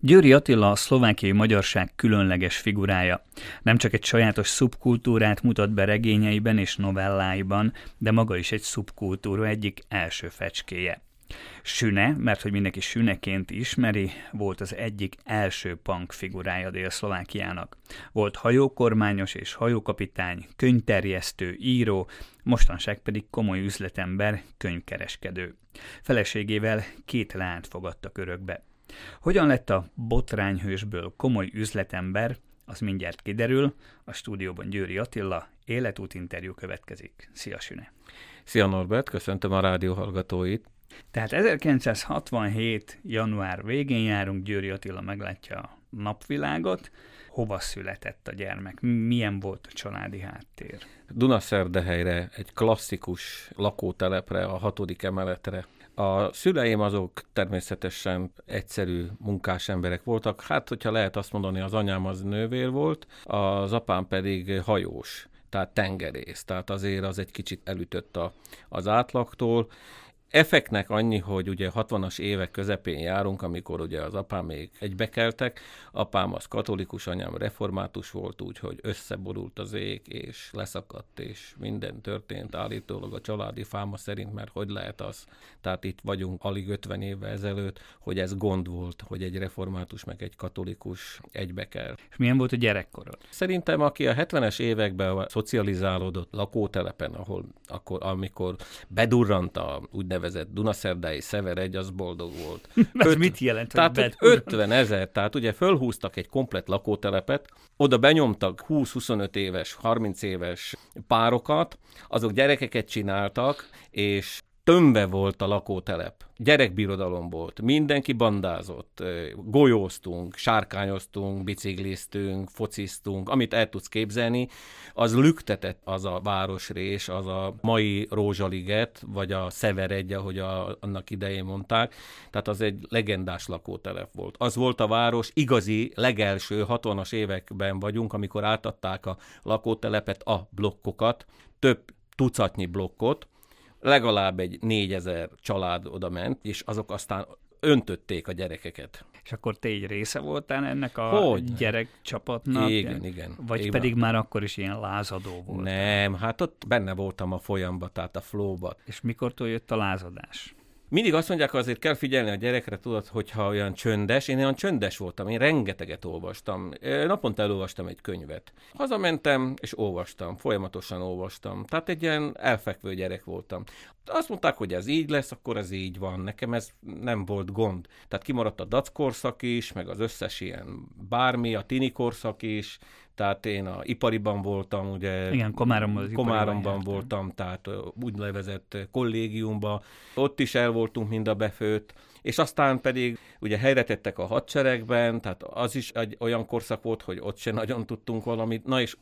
Győri Attila a szlovákiai magyarság különleges figurája. Nem csak egy sajátos szubkultúrát mutat be regényeiben és novelláiban, de maga is egy szubkultúra egyik első fecskéje. Süne, mert hogy mindenki Süneként ismeri, volt az egyik első punk figurája Dél-Szlovákiának. Volt hajókormányos és hajókapitány, könyvterjesztő, író, mostanság pedig komoly üzletember, könyvkereskedő. Feleségével 2 leányt fogadtak örökbe. Hogyan lett a botrányhősből komoly üzletember, az mindjárt kiderül. A stúdióban Győri Attila, életútinterjú következik. Szia, Süne! Szia, Norbert, köszöntöm a rádió hallgatóit. Tehát 1967. január végén járunk, Győri Attila meglátja a napvilágot. Hova született a gyermek? Milyen volt a családi háttér? Dunaszerdehelyre, egy klasszikus lakótelepre, a 6. emeletre. A szüleim azok természetesen egyszerű munkás emberek voltak. Hát, hogyha lehet azt mondani, az anyám az nővér volt, az apám pedig hajós, tehát tengerész. Tehát azért az egy kicsit elütött az átlagtól. Effektnek annyi, hogy ugye 60-as évek közepén járunk, amikor ugye az apám még egybekeltek, apám az katolikus, anyám református volt, úgyhogy összeborult az ég, és leszakadt, és minden történt állítólag a családi fáma szerint, mert hogy lehet az? Tehát itt vagyunk alig 50 évvel ezelőtt, hogy ez gond volt, hogy egy református meg egy katolikus egybekel. És milyen volt a gyerekkorod? Szerintem, aki a 70-es években szocializálódott lakótelepen, amikor bedurrant a úgynevezett Dunaszerdái Szever 1, az boldog volt. Ez mit jelent? Tehát 50 000, tehát ugye fölhúztak egy komplett lakótelepet, oda benyomtak 20-25 éves, 30 éves párokat, azok gyerekeket csináltak, és tömve volt a lakótelep. Gyerekbirodalom volt, mindenki bandázott, golyóztunk, sárkányoztunk, bicikliztünk, fociztunk, amit el tudsz képzelni, az lüktetett az a városrés, az a mai Rózsaliget, vagy a Szever 1, ahogy annak idején mondták, tehát az egy legendás lakótelep volt. Az volt a város igazi, legelső 60-as években vagyunk, amikor átadták a lakótelepet, a blokkokat, több tucatnyi blokkot, legalább egy 4000 család oda ment, és azok aztán öntötték a gyerekeket. És akkor te egy része voltál ennek a gyerekcsapatnak? Igen. Vagy igen. pedig már akkor is ilyen lázadó volt? Nem, hát ott benne voltam a folyamba, tehát a flowba. És mikortól jött a lázadás? Mindig azt mondják, azért kell figyelni a gyerekre, tudod, hogyha olyan csöndes. Én olyan csöndes voltam, én rengeteget olvastam. Naponta elolvastam egy könyvet. Hazamentem, és olvastam, folyamatosan olvastam. Tehát egy ilyen elfekvő gyerek voltam. Azt mondták, hogy ez így lesz, akkor ez így van. Nekem ez nem volt gond. Tehát kimaradt a dac korszak is, meg az összes ilyen bármi, a tini korszak is. Tehát én a ipariban voltam, ugye. Igen, Komáromban voltam, tehát úgynevezett kollégiumban. Ott is el voltunk mind a befőtt, és aztán pedig ugye helyre tettek a hadseregben, tehát az is egy olyan korszak volt, hogy ott se nagyon tudtunk valamit. Na és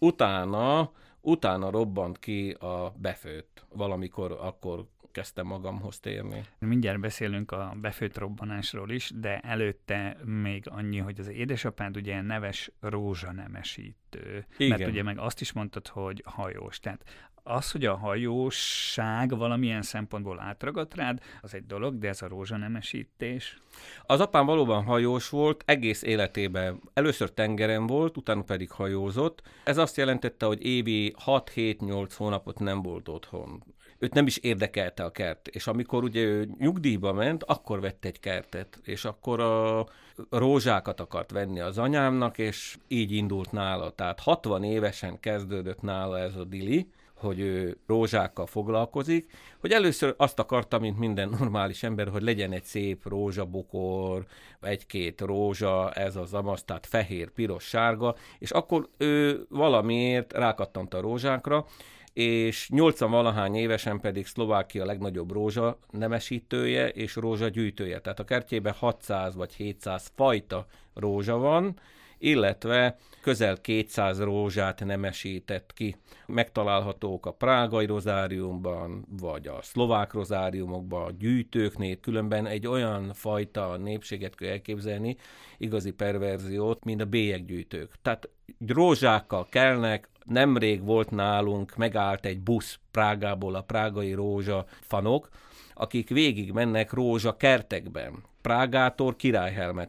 utána robbant ki a befőtt. Valamikor akkor kezdtem magamhoz térni. Mindjárt beszélünk a befőtt robbanásról is, de előtte még annyi, hogy az édesapád ugye neves rózsanemesítő. Igen. Mert ugye meg azt is mondtad, hogy hajós. Tehát az, hogy a hajóság valamilyen szempontból átragadt rád, az egy dolog, de ez a rózsanemesítés. Az apám valóban hajós volt, egész életében először tengeren volt, utána pedig hajózott. Ez azt jelentette, hogy évi 6-7-8 hónapot nem volt otthon. Őt nem is érdekelte a kert, és amikor ugye ő nyugdíjba ment, akkor vett egy kertet, és akkor a rózsákat akart venni az anyámnak, és így indult nála. Tehát 60 évesen kezdődött nála ez a dili, hogy ő rózsákkal foglalkozik, hogy először azt akarta, mint minden normális ember, hogy legyen egy szép rózsabokor, 1-2 rózsa, ez az amaz, tehát fehér, piros, sárga, és akkor ő valamiért rákattant a rózsákra, és 80-valahány évesen pedig Szlovákia legnagyobb rózsa nemesítője és rózsa gyűjtője. Tehát a kertjében 600 vagy 700 fajta rózsa van, illetve közel 200 rózsát nemesített ki. Megtalálhatók a prágai rozáriumban, vagy a szlovák rozáriumokban, a gyűjtőknél, különben egy olyan fajta népséget kell elképzelni, igazi perverziót, mint a bélyeggyűjtők. Tehát rózsákkal kelnek, nemrég volt nálunk, megállt egy busz Prágából a prágai rózsa fanok, akik végig mennek rózsa kertekben. Prágától Királyhelmecig,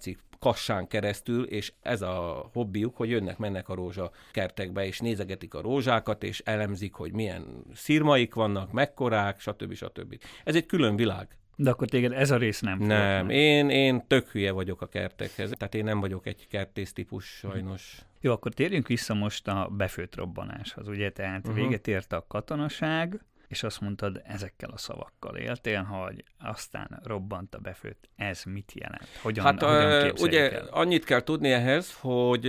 Kassán keresztül, és ez a hobbiuk, hogy jönnek-mennek a rózsakertekbe, és nézegetik a rózsákat, és elemzik, hogy milyen szirmaik vannak, mekkorák, stb. Ez egy külön világ. De akkor téged ez a rész nem Nem, én tök hülye vagyok a kertekhez. Tehát én nem vagyok egy kertész típus, sajnos. Jó, akkor térjünk vissza most a befőtt robbanáshoz, ugye? Tehát véget ért a katonaság, és azt mondtad, ezekkel a szavakkal éltél, hogy aztán robbant a befőtt. Ez mit jelent? Hogyan képzeljük ugye el? annyit kell tudni ehhez, hogy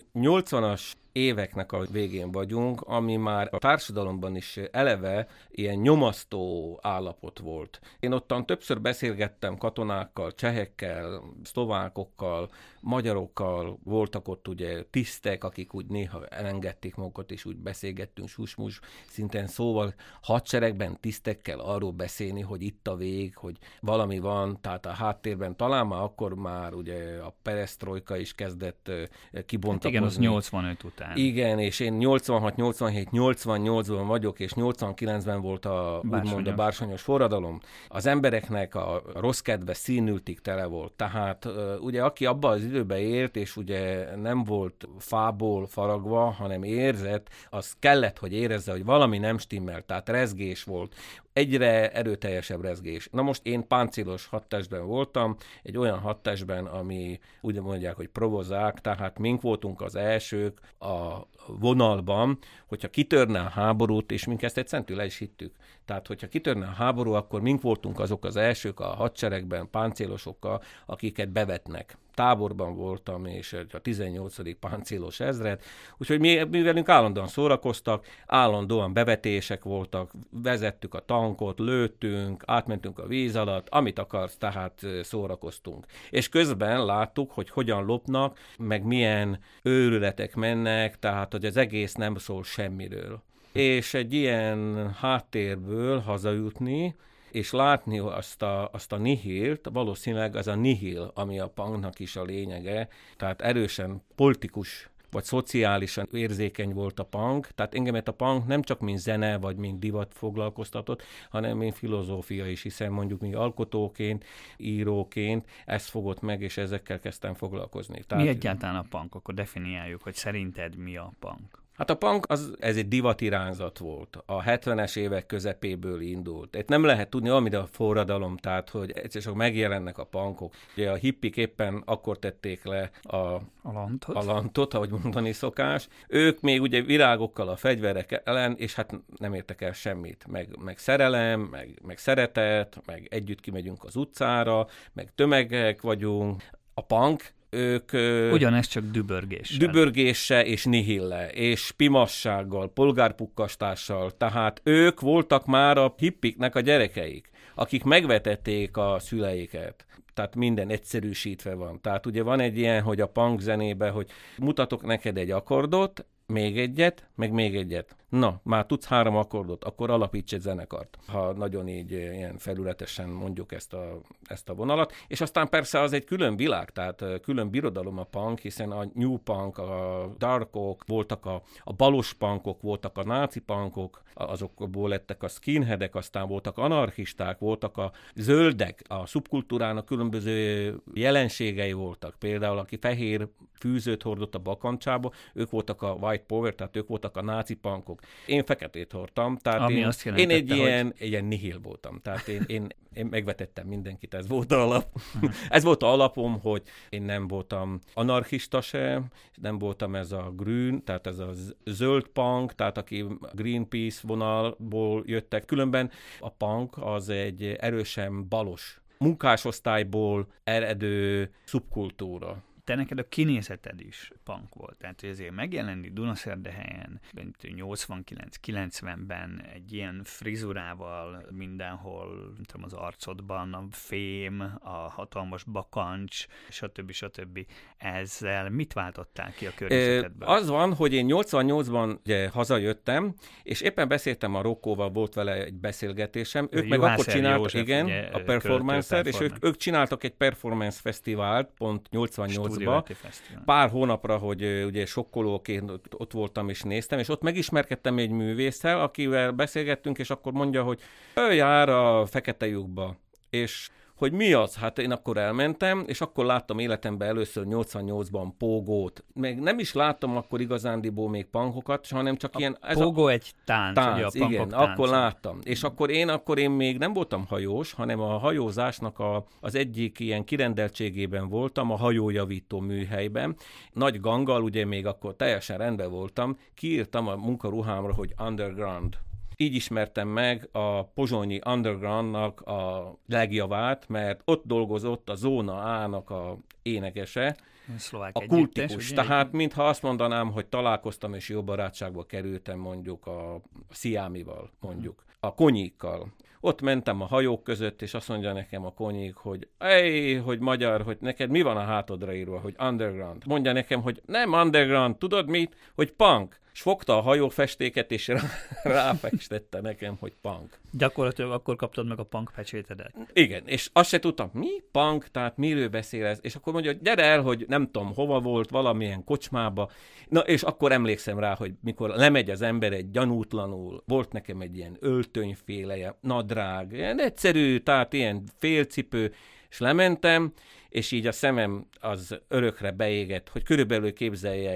80-as éveknek a végén vagyunk, ami már a társadalomban is eleve ilyen nyomasztó állapot volt. Én ottan többször beszélgettem katonákkal, csehekkel, szlovákokkal, magyarokkal, voltak ott ugye tisztek, akik úgy néha elengedték magukat, és úgy beszélgettünk susmus szinten, szóval hadseregben tisztekkel arról beszélni, hogy itt a vég, hogy valami van, tehát a háttérben talán már akkor már ugye a peresztrojka is kezdett kibontakozni. Hát igen, az 85 után. Igen, és én 86, 87, 88-ban vagyok, és 89-ben volt úgymond a bársonyos forradalom. Az embereknek a rossz kedve színültig tele volt. Tehát ugye aki abban az időben élt, és ugye nem volt fából faragva, hanem érzett, az kellett, hogy érezze, hogy valami nem stimmel, tehát rezgés volt. Egyre erőteljesebb rezgés. Na most én páncélos hadtestben voltam, egy olyan hadtestben, ami úgy mondják, hogy provozák, tehát mink voltunk az elsők a vonalban, hogyha kitörne a háborút, és mink ezt egyszerűen le is hittük. Tehát, hogyha kitörne a háború, akkor mink voltunk azok az elsők a hadseregben, páncélosokkal, akiket bevetnek. Táborban voltam, és a 18. páncélos ezred, úgyhogy mi velünk állandóan szórakoztak, állandóan bevetések voltak, vezettük a tankot, lőttünk, átmentünk a víz alatt, amit akarsz, tehát szórakoztunk. És közben láttuk, hogy hogyan lopnak, meg milyen őrületek mennek, tehát hogy az egész nem szól semmiről. És egy ilyen háttérből hazajutni, és látni azt a nihilt, valószínűleg az a nihil, ami a punknak is a lényege, tehát erősen politikus vagy szociálisan érzékeny volt a punk, tehát engemet a punk nem csak mint zene, vagy mint divat foglalkoztatott, hanem mint filozófia is, hiszen mondjuk mi alkotóként, íróként ezt fogott meg, és ezekkel kezdtem foglalkozni. Tehát, mi egyáltalán a punk? Akkor definiáljuk, hogy szerinted mi a punk? Hát a punk ez egy divatirányzat volt. A 70-es évek közepéből indult. Itt nem lehet tudni, amit a forradalom, tehát hogy egyszer csak megjelennek a punkok. Ugye a hippik éppen akkor tették le a lantot, ahogy mondani szokás. Ők még ugye virágokkal a fegyverek ellen, és hát nem értek el semmit. Meg szerelem, meg szeretet, meg együtt kimegyünk az utcára, meg tömegek vagyunk. A punk ők ugyanez csak dübörgéssel és nihille, és pimassággal, polgárpukkasztással, tehát ők voltak már a hippiknek a gyerekeik, akik megvetették a szüleiket. Tehát minden egyszerűsítve van. Tehát ugye van egy ilyen, hogy a punk zenében, hogy mutatok neked egy akkordot, még egyet, meg még egyet. Na, már tudsz 3 akkordot, akkor alapíts egy zenekart, ha nagyon így ilyen felületesen mondjuk ezt a vonalat. És aztán persze az egy külön világ, tehát külön birodalom a punk, hiszen a new punk, a darkok, voltak a balos punkok, voltak a náci punkok, azokból lettek a skinheadek, aztán voltak anarchisták, voltak a zöldek, a szubkultúrának különböző jelenségei voltak. Például aki fehér fűzőt hordott a bakancsába, ők voltak a white power, tehát ők voltak a náci punkok. Én feketét hordtam, tehát én egy ilyen nihil voltam. Tehát én megvetettem mindenkit, ez volt a alap. Ez volt a alapom, hogy én nem voltam anarchista sem, nem voltam ez a green, tehát ez a zöld punk, tehát aki Greenpeace vonalból jöttek. Különben a punk az egy erősen balos munkásosztályból eredő szubkultúra. Te neked a kinézeted is punk volt, tehát hogy azért megjelenni Dunaszerdahelyen 89-90-ben egy ilyen frizurával mindenhol, nem tudom, az arcodban, a fém, a hatalmas bakancs, stb. Ezzel mit váltottál ki a környezetedben? Az van, hogy én 88-ban ugye hazajöttem, és éppen beszéltem a Rokkóval, volt vele egy beszélgetésem, ők meg akkor csináltak, József, igen, ugye, a performancer, és ők csináltak egy performance fesztivált, pont 88-ban, pár hónapra, hogy ugye sokkolóként ott voltam és néztem, és ott megismerkedtem egy művésszel, akivel beszélgettünk, és akkor mondja, hogy ő jár a fekete lyukba, és hogy mi az? Hát én akkor elmentem, és akkor láttam életemben először 88-ban Pogót. Meg nem is láttam akkor igazándiból még punkokat, hanem csak ilyen... Pogo egy tánc, ugye a punkok igen, tánca. akkor láttam. És akkor én még nem voltam hajós, hanem a hajózásnak az egyik ilyen kirendeltségében voltam, a hajójavító műhelyben. Nagy ganggal, ugye még akkor teljesen rendben voltam, kiírtam a munkaruhámra, hogy underground. Így ismertem meg a pozsonyi undergroundnak a legjavát, mert ott dolgozott a Zóna A-nak a énekese, a kultikus. Tehát mintha azt mondanám, hogy találkoztam és jó barátságba kerültem mondjuk a Sziámival, mondjuk, a Konyékkal. Ott mentem a hajók között, és azt mondja nekem a Konyék, hogy hogy magyar, hogy neked mi van a hátodra írva, hogy underground. Mondja nekem, hogy nem underground, tudod mit? Hogy punk. És fogta a hajófestéket, és ráfestette nekem, hogy punk. Gyakorlatilag akkor kaptad meg a punk pecsétedet. Igen, és azt se tudtam, mi punk, tehát miről beszél ez? És akkor mondja, gyere el, hogy nem tudom, hova volt, valamilyen kocsmába. Na, és akkor emlékszem rá, hogy mikor lemegy az ember egy gyanútlanul, volt nekem egy ilyen öltönyféleje, nadrág, ilyen egyszerű, tehát ilyen félcipő, és lementem, és így a szemem az örökre beégett, hogy körülbelül képzelje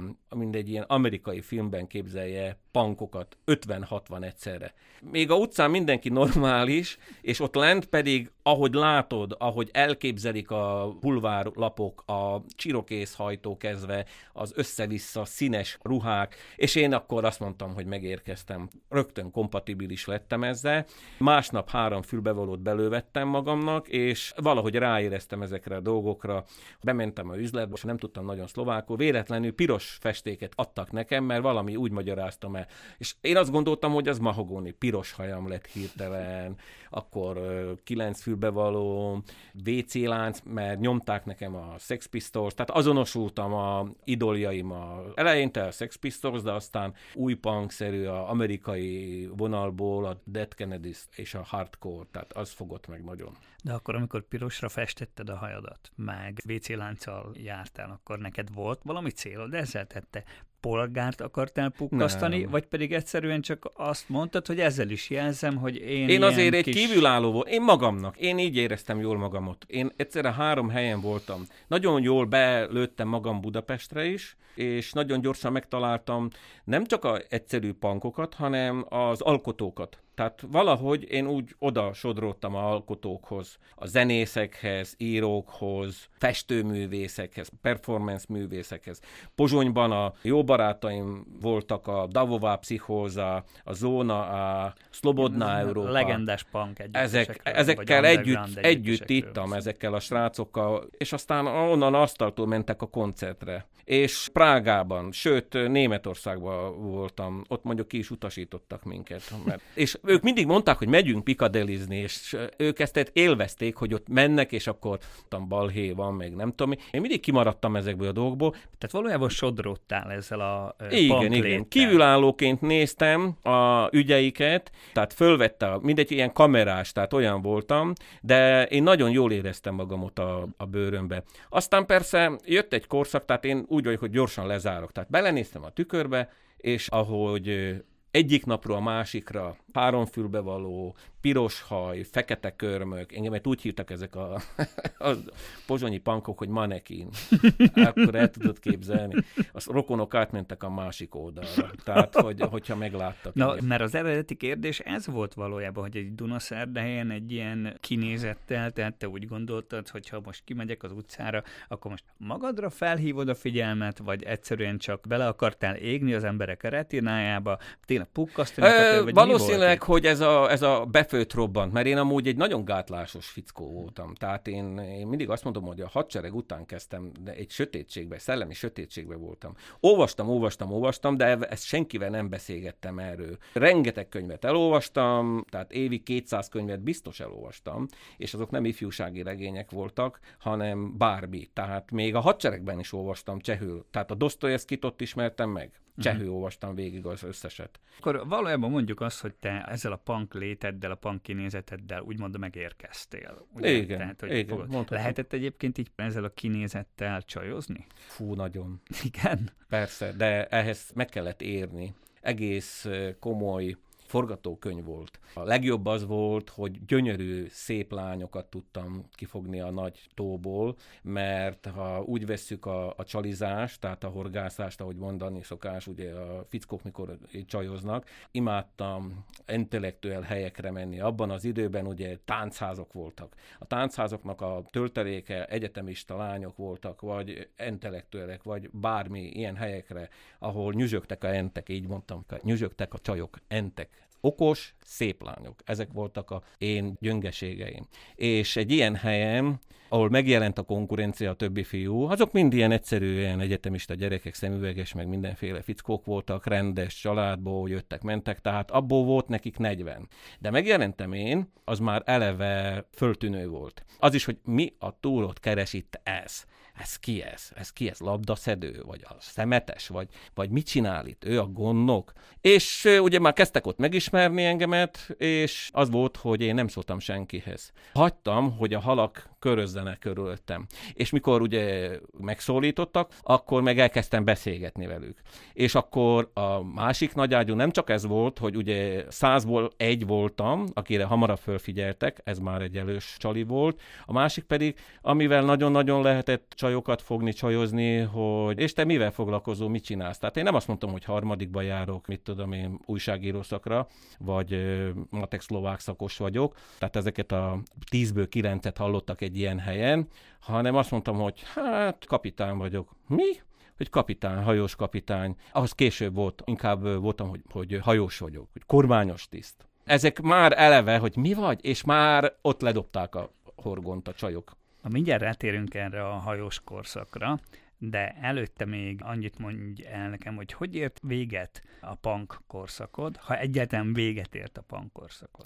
egy ilyen amerikai filmben képzelje punkokat 50-60 egyszerre. Még a utcán mindenki normális, és ott lent pedig, ahogy látod, ahogy elképzelik a bulvárlapok, a csirokészhajtó kezdve, az össze-vissza színes ruhák, és én akkor azt mondtam, hogy megérkeztem. Rögtön kompatibilis lettem ezzel. Másnap 3 fülbevalót belővettem magamnak, és valahogy ráéreztem ezekre a dolgokra. Bementem a üzletbe, és nem tudtam nagyon szlovákul. Véletlenül piros festéket adtak nekem, mert valami úgy magyaráztam el. És én azt gondoltam, hogy az mahogóni, piros hajam lett hirtelen, akkor 9 fülbevaló, WC lánc, mert nyomták nekem a Sex Pistols, tehát azonosultam a idoljaim eleinte a Sex Pistols, de aztán új punkszerű, a amerikai vonalból a Dead Kennedys és a hardcore, tehát az fogott meg nagyon. De akkor, amikor pirosra festetted a hajadat, meg WC lánccal jártál, akkor neked volt valami célod ezzel? Tette polgárt akartál pukkasztani, vagy pedig egyszerűen csak azt mondtad, hogy ezzel is jelzem, hogy én azért egy kívülálló volt, én magamnak, én így éreztem jól magamot. Én egyszerre 3 helyen voltam. Nagyon jól belőttem magam Budapestre is, és nagyon gyorsan megtaláltam nem csak az egyszerű punkokat, hanem az alkotókat. Tehát valahogy én úgy oda sodródtam az alkotókhoz, a zenészekhez, írókhoz, festőművészekhez, performance művészekhez. Pozsonyban a jó barátaim voltak a Davová Pszichóza, a Zóna, a Slobodná Európa. Legendás punk ezekkel együtt ittam, ezekkel a srácokkal, és aztán onnan asztaltól mentek a koncertre. És Prágában, sőt Németországban voltam, ott mondjuk ki is utasítottak minket. És ők mindig mondták, hogy megyünk pikadelizni, és ők ezt élvezték, hogy ott mennek, és akkor balhé van, meg nem tudom. Én mindig kimaradtam ezekből a dolgokból. Tehát valójában sodródtál ezzel a Igen. Kívülállóként néztem a ügyeiket, tehát fölvette mindegy ilyen kamerás, tehát olyan voltam, de én nagyon jól éreztem magamot a bőrömbe. Aztán persze jött egy korszak, tehát én úgy vagyok, hogy gyorsan lezárok. Tehát belenéztem a tükörbe, és ahogy egyik napról a másikra 3 fülbevaló, piros haj, fekete körmök, engemet úgy hívtak ezek a pozsonyi punkok, hogy manekin. Akkor el tudod képzelni. A rokonok átmentek a másik oldalra. Tehát, hogyha megláttak. Na, mert az eredeti kérdés ez volt valójában, hogy egy Dunaszerdahelyen egy ilyen kinézettel, tehát te úgy gondoltad, hogy ha most kimegyek az utcára, akkor most magadra felhívod a figyelmet, vagy egyszerűen csak bele akartál égni az emberek retinájába, tényleg pukkasztani? Valószínűleg, hogy ez a befőtt robbant, mert én amúgy egy nagyon gátlásos fickó voltam. Tehát én mindig azt mondom, hogy a hadsereg után kezdtem, de egy sötétségbe, szellemi sötétségbe voltam. Olvastam, de ezt senkivel nem beszélgettem erről. Rengeteg könyvet elolvastam, tehát évi 200 könyvet biztos elolvastam, és azok nem ifjúsági regények voltak, hanem bármi. Tehát még a hadseregben is olvastam csehül. Tehát a Dosztojevszkit ott ismertem meg. Csehül olvastam végig az összeset. Akkor valójában mondjuk azt, hogy te ezzel a punk léteddel, a punk kinézeteddel úgymond megérkeztél. Ugye? Igen, Tehát, hogy igen. lehetett egyébként így ezzel a kinézettel csajozni? Fú, nagyon. Igen? Persze, de ehhez meg kellett érni. Egész komoly forgatókönyv volt. A legjobb az volt, hogy gyönyörű, szép lányokat tudtam kifogni a nagy tóból, mert ha úgy vesszük a csalizást, tehát a horgászást, ahogy mondani szokás, ugye a fickók mikor csajoznak, imádtam intellektuál helyekre menni. Abban az időben ugye táncházak voltak. A táncházaknak a tölteléke egyetemista lányok voltak, vagy intellektuálek, vagy bármi ilyen helyekre, ahol nyüzsögtek a entek, így mondtam, nyüzsögtek a csajok, entek. Okos, szép lányok. Ezek voltak a én gyöngeségeim. És egy ilyen helyen, ahol megjelent a konkurencia, a többi fiú, azok mind ilyen egyszerűen egyetemista gyerekek, szemüveges, meg mindenféle fickók voltak, rendes családból jöttek, mentek, tehát abból volt nekik 40. De megjelentem én, az már eleve föltűnő volt. Az is, hogy mi a túrót keres itt ez. Ez ki ez? Ez ki ez? Labdaszedő? Vagy a szemetes? Vagy mit csinál itt? Ő a gondnok? És ugye már kezdtek ott megismerni engemet, és az volt, hogy én nem szóltam senkihez. Hagytam, hogy a halak körözzenek körülöttem. És mikor ugye megszólítottak, akkor meg elkezdtem beszélgetni velük. És akkor a másik nagyágyú nem csak ez volt, hogy ugye 100-ból 1 voltam, akire hamarabb fölfigyeltek, ez már egy elős csali volt. A másik pedig, amivel nagyon-nagyon lehetett csajokat fogni, csajozni, hogy és te mivel foglalkozol, mit csinálsz? Tehát én nem azt mondtam, hogy harmadikba járok, mit tudom én, újságíró szakra, vagy matek szlovák szakos vagyok. Tehát ezeket a 10-ből 9-et hallottak egy ilyen helyen, hanem azt mondtam, hogy hát kapitány vagyok. Mi? Hogy kapitány, hajós kapitány. Ahhoz később volt, inkább voltam, hogy hajós vagyok, hogy kormányos tiszt. Ezek már eleve, hogy mi vagy, és már ott ledobták a horgont a csajok. Mindjárt rátérünk erre a hajós korszakra, de előtte még annyit mondj el nekem, hogy ért véget a punk korszakod, ha egyáltalán véget ért a punk korszakod.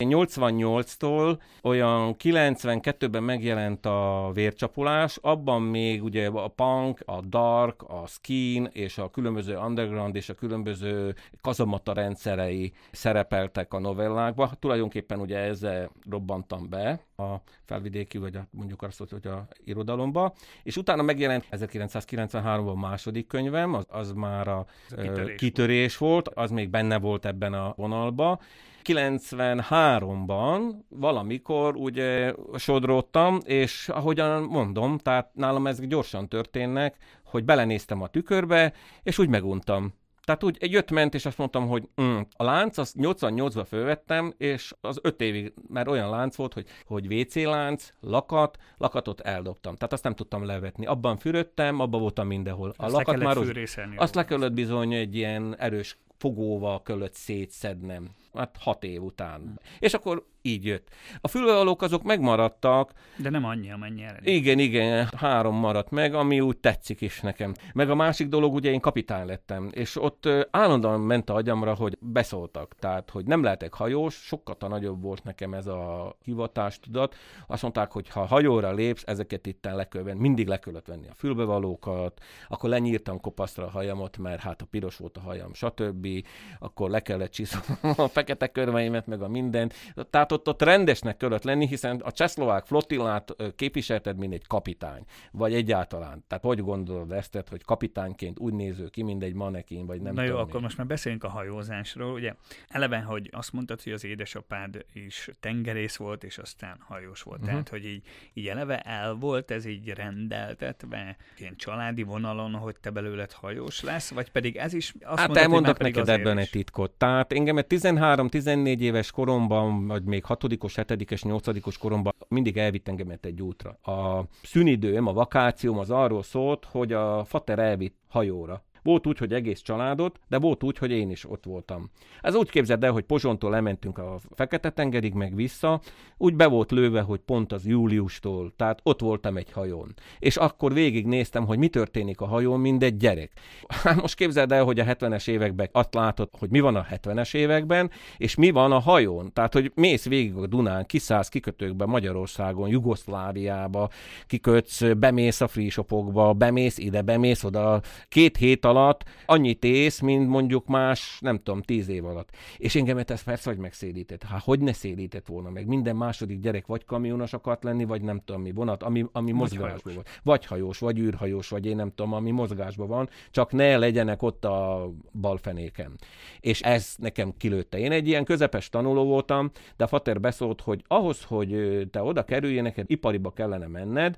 88-tól olyan 92-ben megjelent a Vércsapolás, abban még ugye a punk, a dark, a skin és a különböző underground és a különböző kazamata rendszerei szerepeltek a novellákba. Tulajdonképpen ugye ezzel robbantam be a felvidéki, vagy mondjuk azt, hogy a irodalomba, és utána megjelent 1993-ban a második könyvem, az már a kitörés volt, az még benne volt ebben a vonalba. 93-ban valamikor ugye sodródtam, és ahogyan mondom, tehát nálam ezek gyorsan történnek, hogy belenéztem a tükörbe, és úgy meguntam. Tehát úgy egy ment, és azt mondtam, hogy a lánc, azt 88-ban fölvettem, és az 5 évig már olyan lánc volt, hogy WC lánc, lakatot eldobtam. Tehát azt nem tudtam levetni. Abban fürödtem, abban voltam mindenhol. A lakat már azt le kellett bizony egy ilyen erős fogóval kellett szétszednem. Hát 6 év után. És akkor így jött. A fülbevalók azok megmaradtak. De nem annyi, amennyi eredeti. Igen, 3 maradt meg, ami úgy tetszik is nekem. Meg a másik dolog, ugye én kapitány lettem, és ott állandóan ment a agyamra, hogy beszóltak. Tehát, hogy nem lehetek hajós, sokkal nagyobb volt nekem ez a hivatástudat. Azt mondták, hogy ha hajóra lépsz, ezeket itten mindig le kellett venni a fülbevalókat, akkor lenyírtam kopaszra a hajamat, mert hát a piros volt a hajam, stb. Akkor le kellett csiszolni a fekete körmeimet, meg a mindent. Tehát ott rendesnek kellett lenni, hiszen a csehszlovák flottillát képviselted, mint egy kapitány, vagy egyáltalán. Tehát hogy gondolod ezt, hogy kapitányként úgy néző ki, mint egy manekin, vagy nem tudom. Na jó, akkor én. Most már beszéljünk a hajózásról. Ugye eleve, hogy azt mondtad, hogy az édesapád is tengerész volt, és aztán hajós volt. Tehát, hogy így eleve el volt ez így rendeltetve, ilyen családi vonalon, hogy te belőled hajós lesz, vagy pedig ez is azt hát mondtad, elmondok neked ebben egy titkot. Tehát engemet 13-14 éves koromban, vagy még 6-os, 7-es, 8-os koromban mindig elvitt engemet egy útra. A szünidőm, a vakációm az arról szólt, hogy a fater elvitt hajóra. Volt úgy, hogy egész családot, de volt úgy, hogy én is ott voltam. Ez úgy képzeld el, hogy Pozsontól lementünk a Fekete-tengerig, meg vissza, úgy be volt lőve, hogy pont az júliustól, tehát ott voltam egy hajón. És akkor végignéztem, hogy mi történik a hajón, mint egy gyerek. Hát most képzeld el, hogy a 70-es években azt látod, hogy mi van a 70-es években, és mi van a hajón. Tehát, hogy mész végig a Dunán, kiszállsz kikötőkbe Magyarországon, Jugoszláviába, kikötsz, bemész a free shopokba, bemész ide, bemész oda, 2 hét alatt alatt annyit ész, mint mondjuk más, nem tudom, 10 év alatt. És engemet ez persze, hogy megszédített. Hogy ne szédített volna meg. Minden második gyerek vagy kamionos akart lenni, vagy nem tudom mi vonat, ami mozgásban van. Vagy hajós, vagy űrhajós, vagy én nem tudom, ami mozgásban van, csak ne legyenek ott a balfenéken. És ez nekem kilőtte. Én egy ilyen közepes tanuló voltam, de a fater beszólt, hogy ahhoz, hogy te oda kerüljél, neked ipariba kellene menned,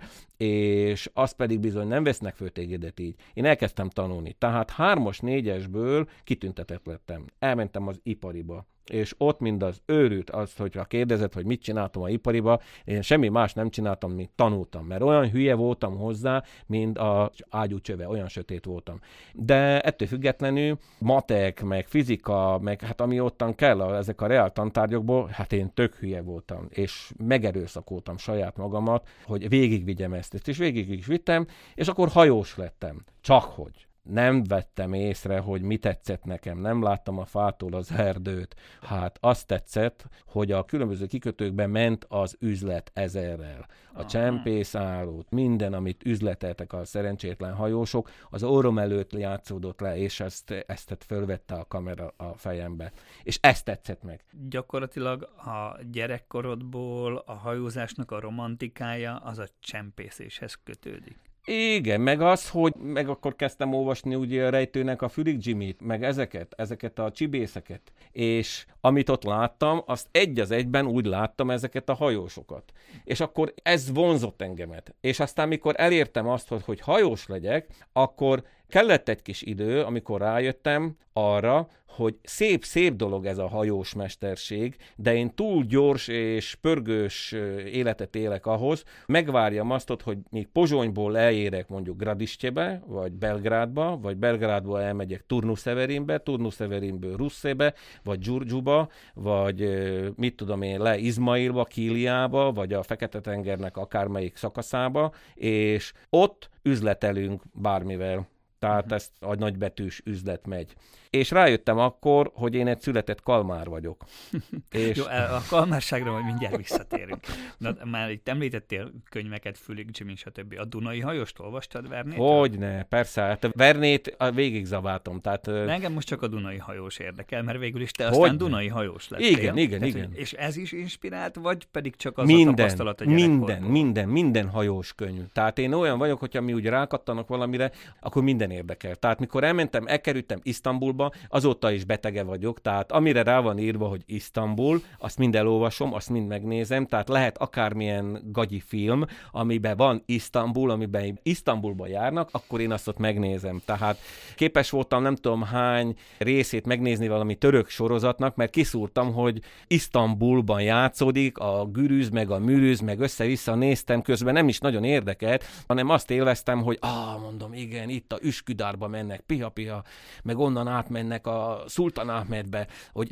és azt pedig bizony nem vesznek föl tégedet így. Én elkezdtem tanulni. Tehát 3-as, 4-esből kitüntetett lettem. Elmentem az ipariba. És ott mind az őrült az, hogyha kérdezed, hogy mit csináltam a ipariba, én semmi más nem csináltam, mint tanultam, mert olyan hülye voltam hozzá, mint az ágyú csöve, olyan sötét voltam. De ettől függetlenül matek, meg fizika, meg hát ami ottan kell, ezek a reál tantárgyakból, hát én tök hülye voltam, és megerőszakoltam saját magamat, hogy végigvigyem ezt, és végig is vittem, és akkor hajós lettem. Csak hogy. Nem vettem észre, hogy mi tetszett nekem, nem láttam a fától az erdőt. Hát azt tetszett, hogy a különböző kikötőkben ment az üzlet ezerrel. A csempészállót, minden, amit üzleteltek a szerencsétlen hajósok, az orrom előtt játszódott le, és ezt fölvette a kamera a fejembe. És ezt tetszett meg. Gyakorlatilag a gyerekkorodból a hajózásnak a romantikája az a csempészéshez kötődik. Igen, meg az, hogy meg akkor kezdtem olvasni ugye a Rejtőnek a Fülig Jimmy-t, meg ezeket a csibészeket, és amit ott láttam, azt egy az egyben úgy láttam ezeket a hajósokat. És akkor ez vonzott engemet. És aztán, mikor elértem azt, hogy hajós legyek, akkor kellett egy kis idő, amikor rájöttem arra, hogy szép dolog ez a hajós mesterség, de én túl gyors és pörgős életet élek ahhoz, megvárjam azt, hogy még Pozsonyból elérek mondjuk Gradištěbe, vagy Belgrádba, vagy Belgrádból elmegyek Turnu-Severinbe, Turnu-Severinből Russzébe, vagy Gyurgyuba, vagy mit tudom én, le Izmailba, Kíliába, vagy a Fekete-tengernek akármelyik szakaszába, és ott üzletelünk bármivel. Tehát ezt a nagybetűs üzlet megy. És rájöttem akkor, hogy én egy született kalmár vagyok. És... Jó, a kalmárságra majd mindjárt visszatérünk. Na, már itt említettél könyveket, Fülig Jimmy, stb. A Dunai hajóst olvastad Vernét? Hogyne, persze. Hát Vernét végig zaváltam. Tehát... Engem most csak a Dunai hajós érdekel, mert végül is te aztán Dunai hajós lettél. Igen. És ez is inspirált, vagy pedig csak az a tapasztalat a gyerekkorból? Minden hajós könyv. Tehát én olyan vagyok, hogyha mi úgy rákattanak valamire, akkor minden érdekel. Tehát mikor elkerültem Isztambulba, azóta is betege vagyok, tehát amire rá van írva, hogy Isztambul, azt mind elolvasom, azt mind megnézem, tehát lehet akármilyen gagyi film, amiben van Isztambul, amiben Isztambulba járnak, akkor én azt ott megnézem. Tehát képes voltam nem tudom hány részét megnézni valami török sorozatnak, mert kiszúrtam, hogy Isztambulban játszódik, a Gürüz, meg a Mürüz, meg össze-vissza néztem, közben nem is nagyon érdekelt, hanem azt élveztem, hogy mondom, igen, itt a Üsküdárba mennek, piha-piha, meg onnan átmennek a Szultán Ahmedbe, hogy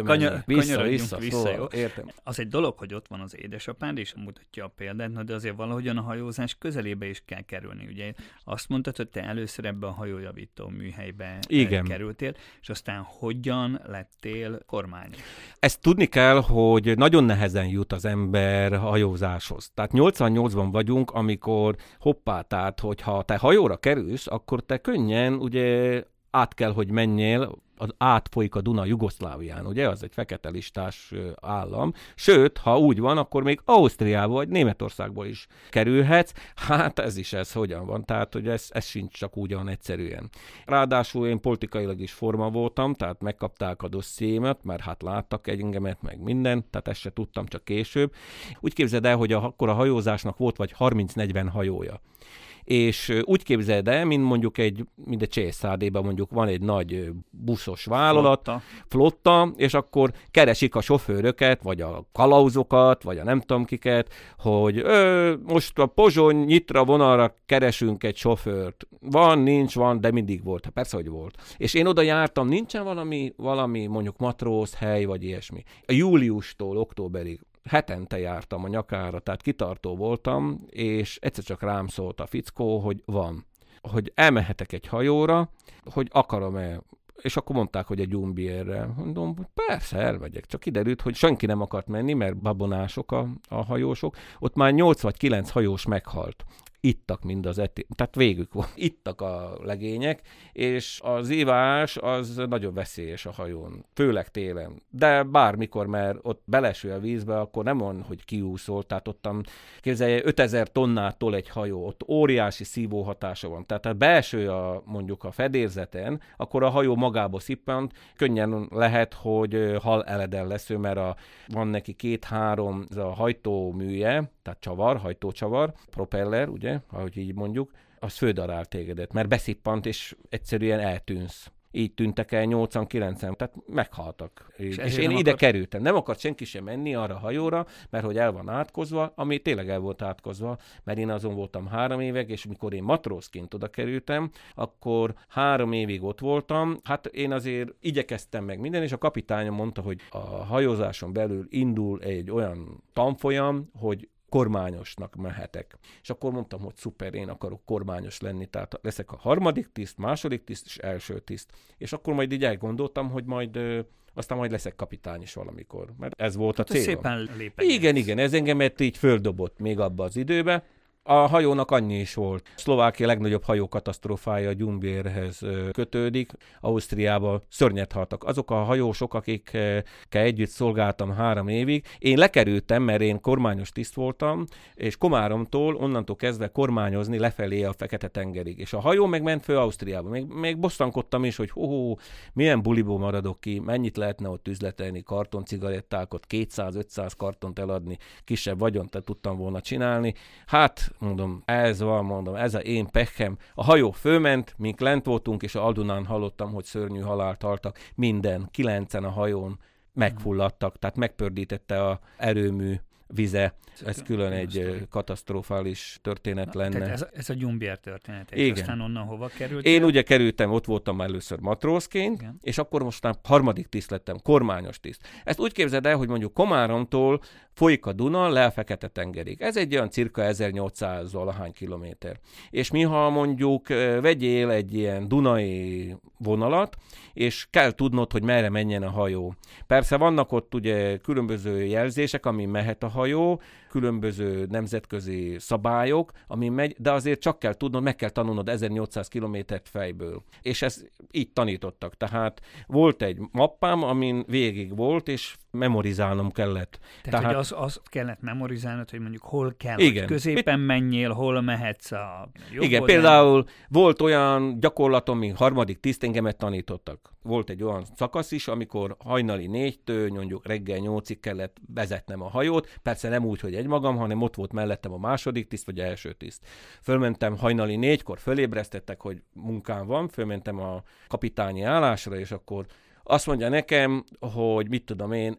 vissza, jó? Értem. Az egy dolog, hogy ott van az édesapád, és mutatja a példát, de azért valahogyan a hajózás közelébe is kell kerülni. Ugye azt mondtad, hogy te először ebbe a hajójavító műhelybe kerültél, és aztán hogyan lettél kormányos? Ezt tudni kell, hogy nagyon nehezen jut az ember hajózáshoz. Tehát 88-ban vagyunk, amikor tehát hogyha te hajóra kerülsz, akkor te könnyen ugye át kell, hogy menjél, átfolyik a Duna Jugoszlávián, ugye? Az egy fekete listás állam. Sőt, ha úgy van, akkor még Ausztriába vagy Németországba is kerülhetsz. Hát ez hogyan van? Tehát, hogy ez sincs csak ugyan egyszerűen. Ráadásul én politikailag is forma voltam, tehát megkapták a dossziémet, mert hát láttak engemet, meg minden, tehát ezt se tudtam, csak később. Úgy képzeld el, hogy akkor a hajózásnak volt vagy 30-40 hajója. És úgy képzeld el, mint mondjuk egy CSAD-ben mondjuk van egy nagy buszos vállalat, flotta, és akkor keresik a sofőröket, vagy a kalauzokat, vagy a nem tudom kiket, hogy most a Pozsony-Nyitra vonalra keresünk egy sofőrt. Van, nincs, van, de mindig volt. Hát persze, hogy volt. És én oda jártam, nincsen valami mondjuk matróz hely, vagy ilyesmi. A júliustól októberig hetente jártam a nyakára, tehát kitartó voltam, és egyszer csak rám szólt a fickó, hogy van. Hogy elmehetek egy hajóra, hogy akarom-e. És akkor mondták, hogy egy Jumbierre. Mondom, persze, elmegyek. Csak kiderült, hogy senki nem akart menni, mert babonások a hajósok. Ott már 8 vagy 9 hajós meghalt. ittak mind az tehát végük volt. Ittak a legények, és az ivás az nagyon veszélyes a hajón, főleg télen. De bármikor, mert ott beleső a vízbe, akkor nem van, hogy kiúszol, tehát ottan képzelje 5000 tonnától egy hajó, ott óriási szívó hatása van. Tehát ha beeső mondjuk a fedélzeten, akkor a hajó magába szippant, könnyen lehet, hogy haleledel lesz ő, mert van neki 2-3 ez a hajtóműje, tehát hajtócsavar, propeller, ugye, ahogy így mondjuk, az földarál tégedet, mert beszippant, és egyszerűen eltűnsz. Így tűntek el 8-9, tehát meghaltak. És én ide kerültem. Nem akart senki sem menni arra a hajóra, mert hogy el van átkozva, ami tényleg el volt átkozva, mert én azon voltam 3 évig, és mikor én matrózként oda kerültem, akkor 3 évig ott voltam. Hát én azért igyekeztem meg minden, és a kapitányom mondta, hogy a hajózáson belül indul egy olyan tanfolyam, hogy kormányosnak mehetek. És akkor mondtam, hogy szuper, én akarok kormányos lenni, tehát leszek a 3. tiszt, 2. tiszt és 1. tiszt. És akkor majd így elgondoltam, hogy aztán majd leszek kapitány is valamikor. Mert ez volt a célom. Szépen lépegetsz. Igen, ez engemet így földobott még abba az időbe. A hajónak annyi is volt. Szlovákia legnagyobb hajókatasztrófája a Gyumbérhez kötődik. Ausztriában szörnyet haltak. Azok a hajósok, akikkel együtt szolgáltam 3 évig. Én lekerültem, mert én kormányos tiszt voltam, és Komáromtól onnantól kezdve kormányozni lefelé a Fekete-tengerig. És a hajó megment föl Ausztriába. Még bosszankodtam is, hogy milyen buliból maradok ki, mennyit lehetne ott üzletelni, kartoncigarettákat, 200-500 kartont eladni, kisebb vagyont tudtam volna csinálni. Hát, mondom, ez az én pekhem. A hajó fölment, mink lent voltunk, és a Aldunán hallottam, hogy szörnyű halált haltak. 9-en a hajón megfulladtak, tehát megpördítette a erőmű vize. Ez külön egy katasztrofális történet lenne. Tehát ez a Gyumbér történet. Igen. Aztán onnan hova kerültél? Én ugye kerültem, ott voltam először matrózként, igen. És akkor mostan 3. tiszt lettem, kormányos tiszt. Ezt úgy képzeld el, hogy mondjuk Komáromtól folyik a Duna le a Fekete-tengerig. Ez egy olyan cirka 1800 valahány kilométer. És mi, ha mondjuk vegyél egy ilyen dunai vonalat, és kell tudnod, hogy merre menjen a hajó. Persze vannak ott ugye különböző jelzések, amin mehet a hajó, különböző nemzetközi szabályok, amin megy, de azért csak kell tudnod, meg kell tanulnod 1800 kilométert fejből. És ezt így tanítottak. Tehát volt egy mappám, amin végig volt, és memorizálnom kellett. Tehát hogy azt kellett memorizálnod, hogy mondjuk hol kell, igen. Hogy középen menjél, hol mehetsz a jobb igen, oldalán. Például volt olyan gyakorlatom, mint 3. tiszt, engemet tanítottak. Volt egy olyan szakasz is, amikor hajnali 4-től mondjuk reggel 8-ig kellett vezetnem a hajót, persze nem úgy, hogy egymagam, hanem ott volt mellettem a 2. tiszt, vagy 1. tiszt. Fölmentem hajnali 4-kor, fölébresztettek, hogy munkám van, fölmentem a kapitányi állásra, és akkor azt mondja nekem, hogy mit tudom én,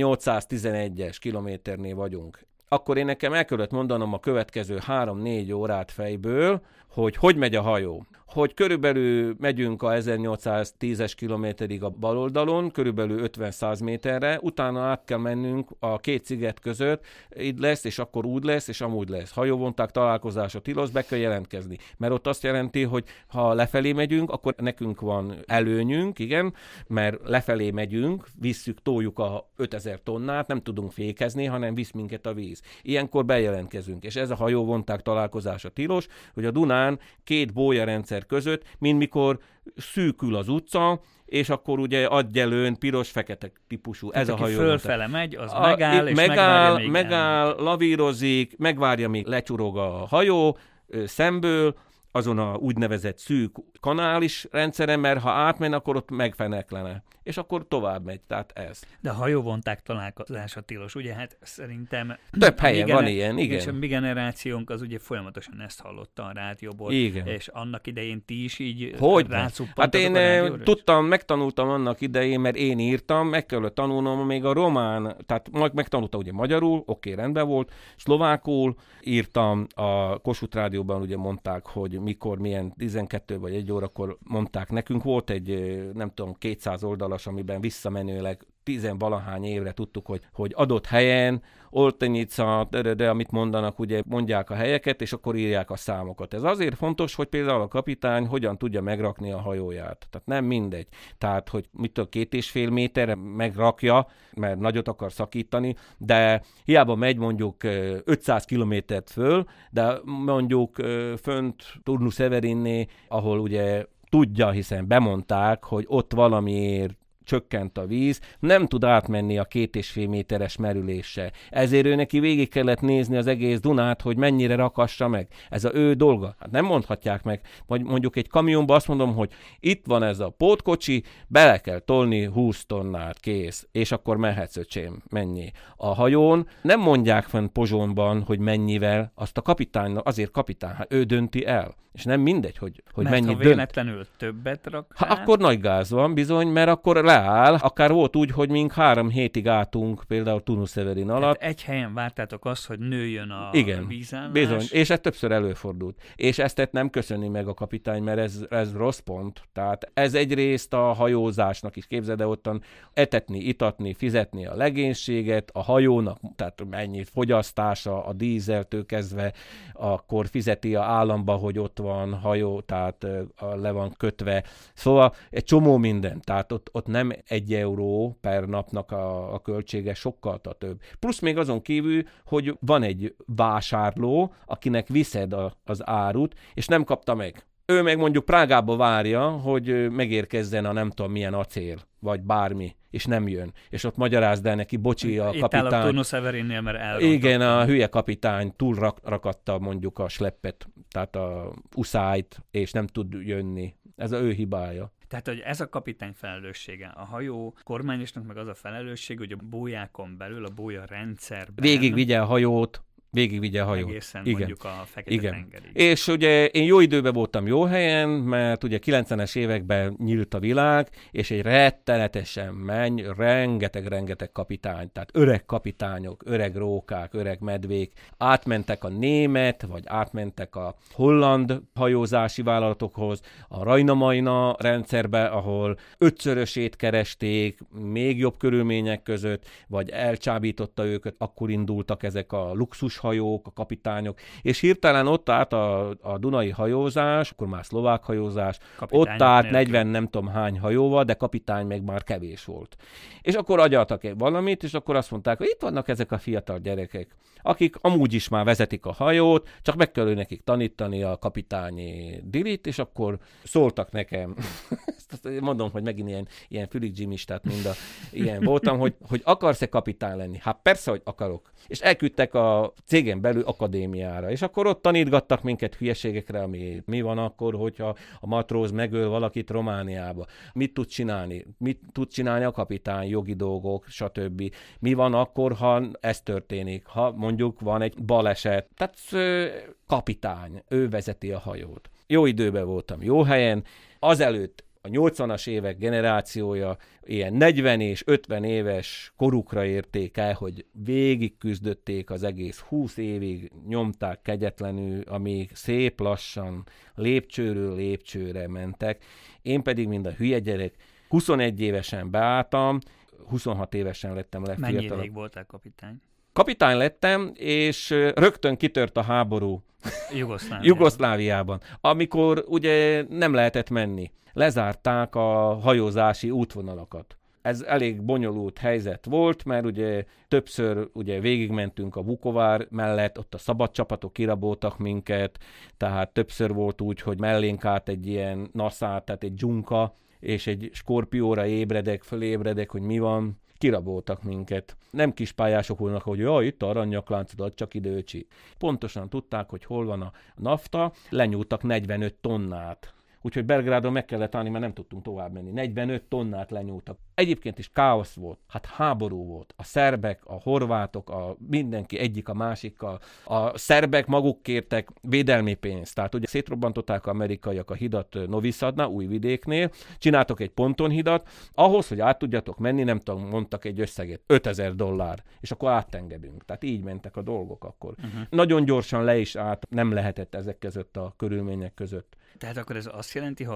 1811-es kilométernél vagyunk. Akkor én nekem el kellett mondanom a következő 3-4 órát fejből, hogy megy a hajó. Hogy körülbelül megyünk a 1810-es kilométerig a bal oldalon, körülbelül 50-100 méterre, utána át kell mennünk a 2 sziget között, így lesz, és akkor úgy lesz, és amúgy lesz. Hajóvonták találkozása tilos, be kell jelentkezni. Mert ott azt jelenti, hogy ha lefelé megyünk, akkor nekünk van előnyünk, igen, mert lefelé megyünk, visszük, toljuk a 5000 tonnát, nem tudunk fékezni, hanem visz minket a víz. Ilyenkor bejelentkezünk, és ez a hajóvonták találkozása tilos, hogy a Dunán 2 bójarendszer között, mint mikor szűkül az utca, és akkor ugye adjelőn piros-fekete típusú. Tehát ez a hajó. Fölfele megy, az megáll, és megáll, lavírozik, megvárja, míg lecsurog a hajó szemből, azon a úgynevezett szűk kanális rendszeren, mert ha átmen, akkor ott megfeneklene. És akkor tovább megy, tehát ez. De a hajóvonták találkozása tilos, ugye? Hát szerintem... Több helyen van ilyen, igen. És a mi generációnk az ugye folyamatosan ezt hallotta a rádióból. Igen. És annak idején ti is így rácuppantatok. Hát én megtanultam annak idején, mert én írtam, meg kellett tanulnom még a román, tehát megtanultam ugye magyarul, oké, rendben volt, szlovákul írtam, a Kossuth Rádióban ugye mondták, hogy mikor, milyen 12 vagy 1 órakor mondták nekünk. Volt egy, nem tudom, 200 oldalas, amiben visszamenőleg 10-valahány évre tudtuk, hogy adott helyen, Oltenica, de amit mondanak, ugye mondják a helyeket, és akkor írják a számokat. Ez azért fontos, hogy például a kapitány hogyan tudja megrakni a hajóját. Tehát nem mindegy. Tehát, hogy 2,5 méterre megrakja, mert nagyot akar szakítani, de hiába megy mondjuk 500 kilométert föl, de mondjuk fönt Turnus Severinné, ahol ugye tudja, hiszen bemondták, hogy ott valamiért csökkent a víz, nem tud átmenni a 2,5 méteres merüléssel. Ezért ő neki végig kellett nézni az egész Dunát, hogy mennyire rakassa meg. Ez a ő dolga. Hát nem mondhatják meg. Vagy mondjuk egy kamionba azt mondom, hogy itt van ez a pótkocsi, bele kell tolni 20 tonnát, kész. És akkor mehetsz, öcsém, mennyi. A hajón nem mondják fenn Pozsonyban, hogy mennyivel, azt a kapitánynak, azért kapitány, hát ő dönti el. És nem mindegy, hogy mennyit dönt. Ha véletlenül többet rak akkor nagy gáz van bizony, mert akkor leáll. Akár volt úgy, hogy mink 3 hétig álltunk például Turnus Severin alatt. Egy helyen vártátok azt, hogy nőjön a vízállás. Bizony, és ez többször előfordult. És ezt nem köszöni meg a kapitány, mert ez rossz pont. Tehát ez egyrészt a hajózásnak is, képzeld, de ottan etetni, itatni, fizetni a legénységet, a hajónak, tehát mennyi fogyasztása, a dízeltől kezdve, akkor fizeti a államba, hogy ott van hajó, tehát le van kötve. Szóval egy csomó minden, tehát ott nem 1 euró per napnak a költsége, sokkal több. Plusz még azon kívül, hogy van egy vásárló, akinek viszed az árut, és nem kapta meg. Ő meg mondjuk Prágába várja, hogy megérkezzen a nem tudom milyen acél, vagy bármi, és nem jön. És ott magyarázd el neki, bocsi, a kapitány. Itt áll a Turnus Severinnél, mert elrontott. Igen, a hülye kapitány túl rakatta mondjuk a sleppet, tehát a uszályt, és nem tud jönni. Ez az ő hibája. Tehát, hogy ez a kapitány felelőssége. A hajó kormányosnak meg az a felelősség, hogy a bójákon belül, a bója rendszerben végigvigye a hajót. Egészen igen. Mondjuk a Fekete-tengerig. És ugye én jó időben voltam jó helyen, mert ugye 90-es években nyílt a világ, és egy rettenetesen rengeteg kapitány, tehát öreg kapitányok, öreg rókák, öreg medvék átmentek a német, vagy átmentek a holland hajózási vállalatokhoz, a Rajna-Majna rendszerbe, ahol 5-szörösét keresték, még jobb körülmények között, vagy elcsábította őket, akkor indultak ezek a luxus hajók, a kapitányok, és hirtelen ott állt a dunai hajózás, akkor már szlovák hajózás, ott állt 40 nem tudom hány hajóval, de kapitány meg már kevés volt. És akkor agyaltak valamit, és akkor azt mondták, hogy itt vannak ezek a fiatal gyerekek, akik amúgy is már vezetik a hajót, csak meg kell nekik tanítani a kapitányi dilit, és akkor szóltak nekem, mondom, hogy megint ilyen fülig-dzsimistát ilyen voltam, hogy akarsz-e kapitány lenni? Hát persze, hogy akarok. És elküldtek a cégen belül akadémiára, és akkor ott tanítgattak minket hülyeségekre, ami mi van akkor, hogyha a matróz megöl valakit Romániába. Mit tud csinálni? Mit tud csinálni a kapitány, jogi dolgok, stb. Mi van akkor, ha ez történik? Ha mondjuk van egy baleset. Tehát kapitány, ő vezeti a hajót. Jó időben voltam, jó helyen. Azelőtt a 80-as évek generációja ilyen 40 és 50 éves korukra érték el, hogy végig küzdötték az egész 20 évig, nyomták kegyetlenül, amíg szép lassan lépcsőről lépcsőre mentek. Én pedig, mind a hülye gyerek, 21 évesen beálltam, 26 évesen lettem legfiatalabb. Mennyi ideig voltál kapitány? Kapitány lettem, és rögtön kitört a háború Jugoszláviában, amikor ugye nem lehetett menni. Lezárták a hajózási útvonalakat. Ez elég bonyolult helyzet volt, mert ugye többször ugye végigmentünk a Vukovár mellett, ott a szabad csapatok kiraboltak minket, tehát többször volt úgy, hogy mellénk állt egy ilyen naszát, tehát egy dzsunka, és egy skorpióra fölébredek, hogy mi van. Kiraboltak minket. Nem kispályások voltak, hogy itt a aranynyakláncodat, csak időcsi. Pontosan tudták, hogy hol van a nafta, lenyúltak 45 tonnát. Úgyhogy Belgrádon meg kellett állni, mert nem tudtunk tovább menni. 45 tonnát lenyúltak. Egyébként is káosz volt, hát háború volt. A szerbek, a horvátok, mindenki egyik a másikkal. A szerbek maguk kértek védelmi pénzt. Tehát ugye szétrobbantották az amerikaiak a hidat Novi Sadnál, Újvidéknél, csináltok egy pontonhidat, ahhoz, hogy át tudjatok menni, nem tudom, mondtak egy összeget, $5000, és akkor átengedünk. Tehát így mentek a dolgok akkor. Nagyon gyorsan le is állt, nem lehetett ezek között a körülmények között. Tehát akkor ez azt jelenti, hogy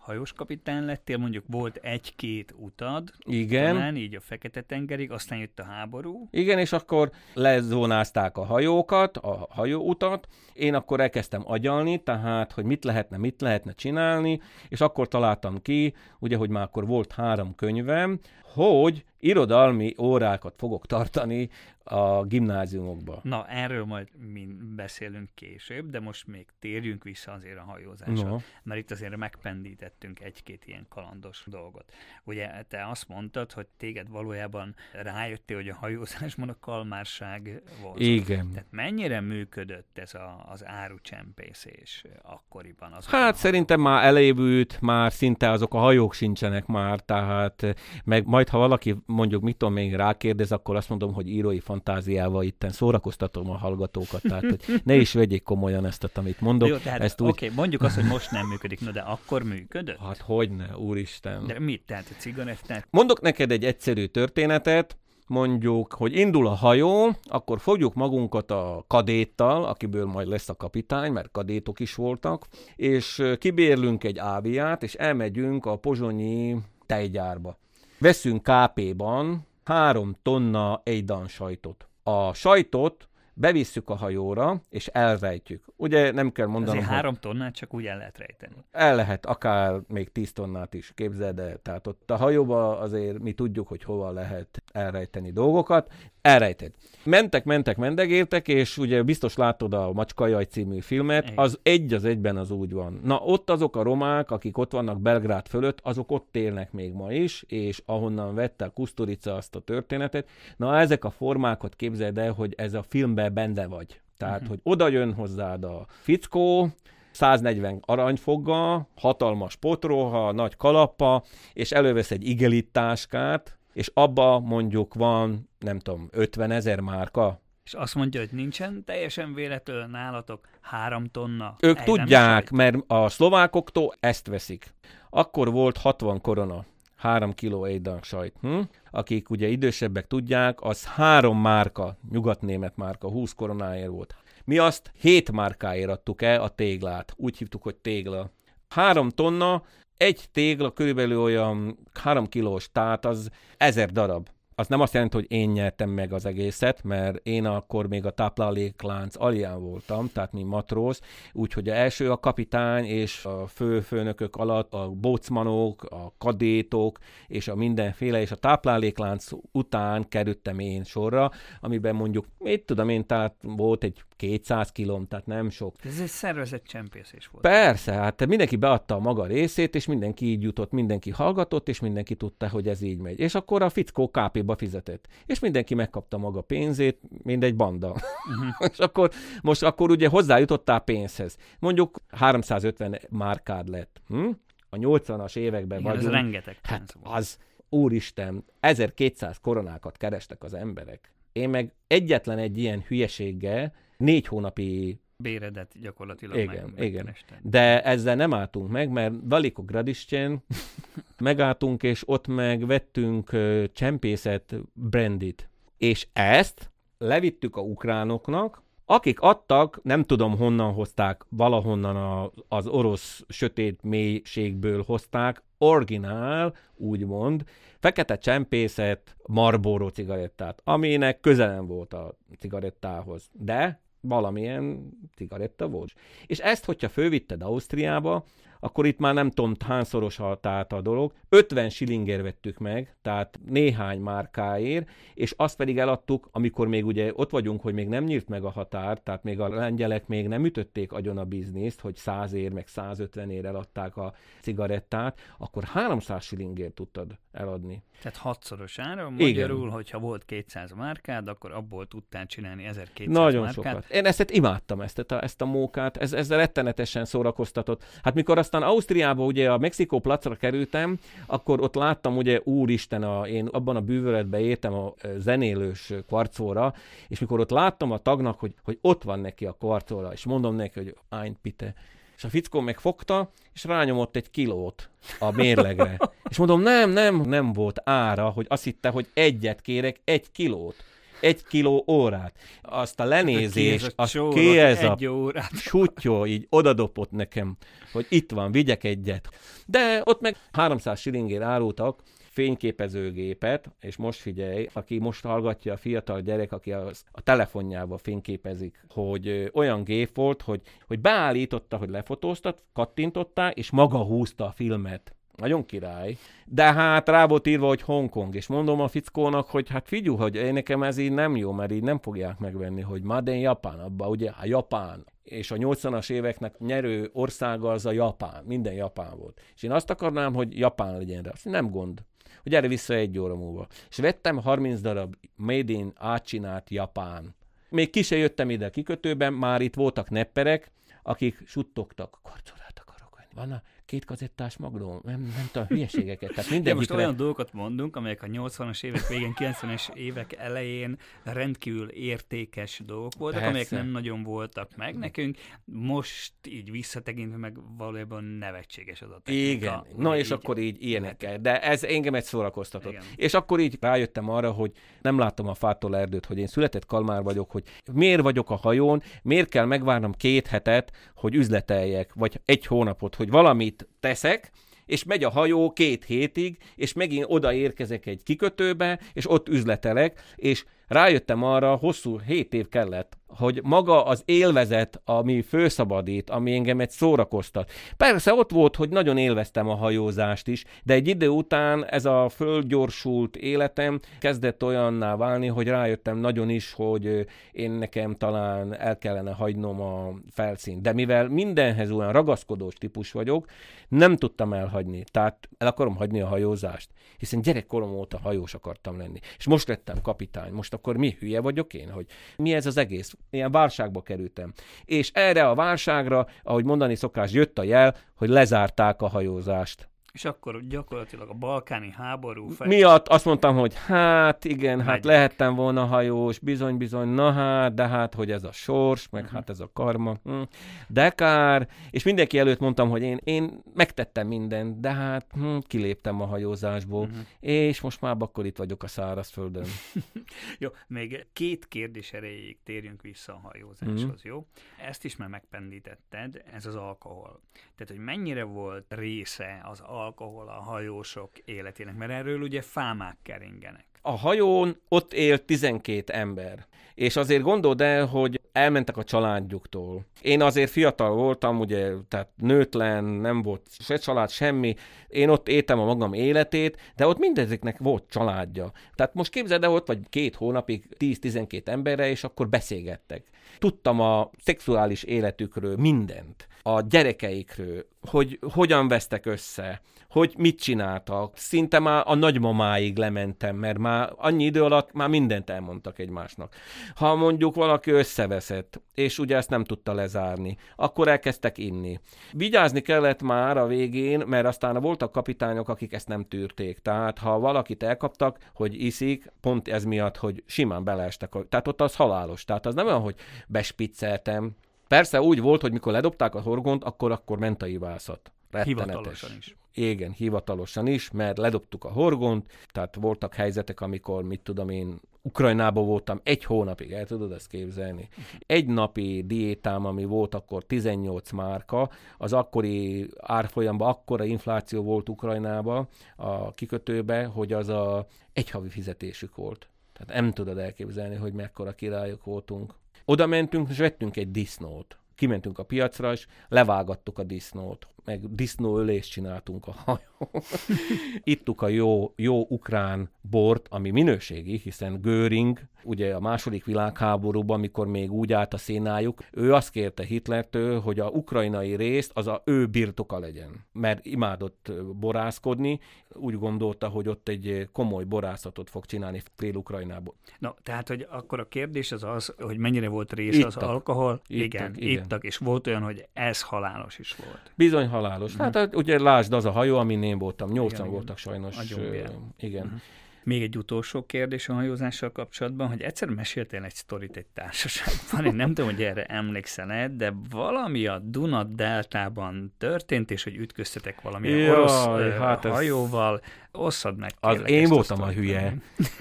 hajóskapitány lettél, mondjuk volt 1-2 utad, Igen. talán így a Fekete-tengerig, aztán jött a háború. Igen, és akkor lezónázták a hajókat, a hajóutat, én akkor elkezdtem agyalni, tehát, hogy mit lehetne csinálni, és akkor találtam ki, ugye, hogy már akkor volt 3 könyvem, hogy irodalmi órákat fogok tartani a gimnáziumokba. Na, erről majd mi beszélünk később, de most még térjünk vissza azért a hajózásra, No. mert itt azért megpendítettünk 1-2 ilyen kalandos dolgot. Ugye te azt mondtad, hogy téged valójában rájöttél, hogy a hajózásban a kalmárság volt. Igen. Tehát mennyire működött ez az árucsempészés akkoriban? Hát szerintem már elévült, már szinte azok a hajók sincsenek már, tehát meg majd ha valaki mondjuk mit tudom még rákérdez, akkor azt mondom, hogy írói fantáziával itten szórakoztatom a hallgatókat, tehát hogy ne is vegyék komolyan ezt, amit mondok. Jó, tehát oké, mondjuk azt, hogy most nem működik, no, de akkor működött? Hát hogyne, úristen. De mit? Tehát a cigarettát? Mondok neked egy egyszerű történetet, mondjuk, hogy indul a hajó, akkor fogjuk magunkat a kadéttal, akiből majd lesz a kapitány, mert kadétok is voltak, és kibérlünk egy áviát, és elmegyünk a pozsonyi tejgyárba. Veszünk KP-ban 3 tonna ejdan sajtot. A sajtot bevisszük a hajóra, és elrejtjük. Ugye nem kell mondanom, azért 3 tonnát csak úgy el lehet rejteni. El lehet, akár még 10 tonnát is, képzeld el. Tehát ott a hajóba azért mi tudjuk, hogy hova lehet elrejteni dolgokat. Elrejted. Mentek, mendegéltek, és ugye biztos látod a Macskajaj című filmet, az egyben az úgy van. Na ott azok a romák, akik ott vannak Belgrád fölött, azok ott élnek még ma is, és ahonnan vette a Kusturica azt a történetet. Na ezek a formákat képzeld el, hogy ez a filmben benne vagy. Tehát, hogy oda jön hozzád a fickó, 140 aranyfoggal, hatalmas potroha, nagy kalappa, és elővesz egy igelitáskát, és abba mondjuk van, nem tudom, 50 000 márka. És azt mondja, hogy nincsen teljesen véletlenül nálatok 3 tonna. Ők tudják, mert a szlovákoktól ezt veszik. Akkor volt 60 korona, 3 kiló ejdan sajt. Akik ugye idősebbek tudják, az 3 márka, nyugatnémet márka, 20 koronáért volt. Mi azt 7 márkáért adtuk el a téglát. Úgy hívtuk, hogy tégla. 3 tonna, egy tégla körülbelül olyan 3 kilós, tehát az 1000 darab. Az nem azt jelenti, hogy én nyertem meg az egészet, mert én akkor még a tápláléklánc alján voltam, tehát mi matróz, úgyhogy az első a kapitány és a főnökök alatt a bócmanok, a kadétok és a mindenféle, és a tápláléklánc után kerültem én sorra, amiben mondjuk, mit tudom én, tehát volt egy 200 kilóm, tehát nem sok. Ez egy szervezett csempészés volt. Persze, hát mindenki beadta a maga részét, és mindenki így jutott, mindenki hallgatott, és mindenki tudta, hogy ez így megy. És akkor a fickó KP-ba fizetett. És mindenki megkapta maga pénzét, mint egy banda. És akkor ugye hozzájutottál pénzhez. Mondjuk 350 márkád lett. A 80-as években igen, vagyunk. Ez rengeteg pénz hát volt. az, úristen, 1200 koronákat kerestek az emberek. Én meg egyetlen egy ilyen hülyeséggel 4 hónapi béredet gyakorlatilag igen. De ezzel nem álltunk meg, mert Veliko Gradišćan megálltunk, és ott meg vettünk csempészet brandit. És ezt levittük a ukránoknak, akik adtak, nem tudom honnan hozták, valahonnan az orosz sötét mélységből hozták, originál, úgymond, fekete csempészet Marlboro cigarettát, aminek közelem volt a cigarettához. De valamilyen cigaretta volt. És ezt, hogyha fölvitted Ausztriába, akkor itt már nem tudom, hányszoros a dolog. 50 shillingért vettük meg, tehát néhány márkáért, és azt pedig eladtuk, amikor még ugye ott vagyunk, hogy még nem nyílt meg a határ, tehát még a lengyelek még nem ütötték agyon a bizniszt, hogy 100-ért, meg 150-ért eladták a cigarettát, akkor 300 shillingért tudtad eladni. Tehát 6-szoros ára, magyarul, hogyha volt 200 márkád, akkor abból tudtál csinálni 1200 nagyon márkát. Sokat. Én ezt imádtam, ezt a mókát, ez rettenetesen szórakoztatott. Hát mikor aztán Ausztriába ugye a Mexikó placra kerültem, akkor ott láttam ugye, úristen, én abban a bűvöletben értem a zenélős kvarcóra, és mikor ott láttam a tagnak, hogy ott van neki a kvarcóra, és mondom neki, hogy ein pite. És a fickó megfogta, és rányomott 1 kilót a mérlegre. És mondom, nem volt ára, hogy azt hitte, hogy egyet kérek, 1 kilót. 1 kiló órát. Azt a lenézés, ki ez a sutyó így odadobott nekem, hogy itt van, vigyek egyet. De ott meg 300 shillingért árultak fényképezőgépet, és most figyelj, aki most hallgatja, a fiatal gyerek, aki a telefonjával fényképezik, hogy olyan gép volt, hogy beállította, hogy lefotóztat, kattintottál, és maga húzta a filmet. Nagyon király. De hát rá volt írva, hogy Hongkong, és mondom a fickónak, hogy hát figyelj, hogy nekem ez így nem jó, mert így nem fogják megvenni, hogy Made in Japan, abba ugye a Japán. És a 80-as éveknek nyerő országa az a Japán, minden Japán volt. És én azt akarnám, hogy Japán legyen rá. Azt nem gond. Hogy gyere vissza 1 óra múlva. És vettem 30 darab Made in átcsinált Japán. Még ki se jöttem ide a kikötőben, már itt voltak nepperek, akik suttogtak, karcolát akarok venni. Van a 2 kazettás magnóm, nem tudom, hülyeségeket. Tehát de most olyan dolgokat mondunk, amelyek a 80-as évek végén, 90-es évek elején rendkívül értékes dolgok voltak, persze, amelyek nem nagyon voltak meg nekünk. Most így visszatekintve meg valójában nevetséges az a technika. Igen, és akkor így ilyenekkel. De ez engem egy szórakoztatott. Igen. És akkor így rájöttem arra, hogy nem látom a fától erdőt, hogy én született kalmár vagyok, hogy miért vagyok a hajón, miért kell megvárnom 2 hetet, hogy üzleteljek, vagy 1 hónapot, hogy valamit teszek, és megy a hajó 2 hétig, és megint odaérkezek egy kikötőbe, és ott üzletelek, és rájöttem arra, hosszú 7 év kellett, hogy maga az élvezet, ami fölszabadít, ami engemet szórakoztat. Persze ott volt, hogy nagyon élveztem a hajózást is, de egy idő után ez a fölgyorsult életem kezdett olyanná válni, hogy rájöttem nagyon is, hogy én nekem talán el kellene hagynom a felszínt. De mivel mindenhez olyan ragaszkodós típus vagyok, nem tudtam elhagyni. Tehát el akarom hagyni a hajózást, hiszen gyerekkorom óta hajós akartam lenni. És most lettem kapitány. Most akkor mi, hülye vagyok én, hogy mi ez az egész? Ilyen válságba kerültem. És erre a válságra, ahogy mondani szokás, jött a jel, hogy lezárták a hajózást. És akkor gyakorlatilag a balkáni háború miatt azt mondtam, hogy hát igen, hát lehettem volna hajós, bizony, na hát, de hát, hogy ez a sors, meg hát ez a karma, de kár, és mindenki előtt mondtam, hogy én megtettem mindent, de hát kiléptem a hajózásból, és most már akkor itt vagyok a szárazföldön. Jó, még 2 kérdés erejéig térjünk vissza a hajózáshoz, jó? Ezt is már megpendítetted, ez az alkohol. Tehát, hogy mennyire volt része az alkohol a hajósok életének, mert erről ugye fámák keringenek. A hajón ott élt 12 ember, és azért gondold el, hogy elmentek a családjuktól. Én azért fiatal voltam, ugye, tehát nőtlen, nem volt se család, semmi. Én ott éltem a magam életét, de ott mindezeknek volt családja. Tehát most képzeld el, ott vagy 2 hónapig 10-12 emberre, és akkor beszélgettek. Tudtam a szexuális életükről mindent, a gyerekeikről, hogy hogyan vesztek össze, hogy mit csináltak. Szinte már a nagymamáig lementem, mert már annyi idő alatt már mindent elmondtak egymásnak. Ha mondjuk valaki összeveszett, és ugye ezt nem tudta lezárni, akkor elkezdtek inni. Vigyázni kellett már a végén, mert aztán voltak kapitányok, akik ezt nem tűrték. Tehát ha valakit elkaptak, hogy iszik, pont ez miatt, hogy simán beleestek. Tehát ott az halálos. Tehát az nem olyan, hogy bespicceltem. Persze úgy volt, hogy mikor ledobták a horgont, akkor ment a ivászat. Hivatalosan is. Igen, hivatalosan is, mert ledobtuk a horgont, tehát voltak helyzetek, amikor, mit tudom én, Ukrajnában voltam 1 hónapig, el tudod ezt képzelni. 1 napi diétám, ami volt akkor 18 márka, az akkori árfolyamban akkora infláció volt Ukrajnában, a kikötőbe, hogy az 1 havi fizetésük volt. Tehát nem tudod elképzelni, hogy mekkora királyok voltunk. Oda mentünk, és vettünk egy disznót. Kimentünk a piacra, és levágattuk a disznót. Meg disznóölést csináltunk a hajón. Ittuk a jó ukrán bort, ami minőségi, hiszen Göring, ugye a II. Világháborúban, amikor még úgy állt a szénájuk, ő azt kérte Hitlertől, hogy a ukrajnai részt az ő birtoka legyen. Mert imádott borászkodni, úgy gondolta, hogy ott egy komoly borászatot fog csinálni Dél-Ukrajnából. No, tehát, hogy akkor a kérdés az, hogy mennyire volt része az alkohol? Igen, ittak, és volt olyan, hogy ez halálos is volt. Bizony halálos. Hát ugye lásd, az a hajó, amin én voltam. 8-an voltak sajnos. Igen. Még egy utolsó kérdés a hajózással kapcsolatban, hogy egyszer meséltél egy sztorit egy társaságban, én nem tudom, hogy erre emlékszel-e, de valami a Duna-deltában történt, és hogy ütköztetek valami orosz hajóval. Osszad meg. Az én voltam a hülye.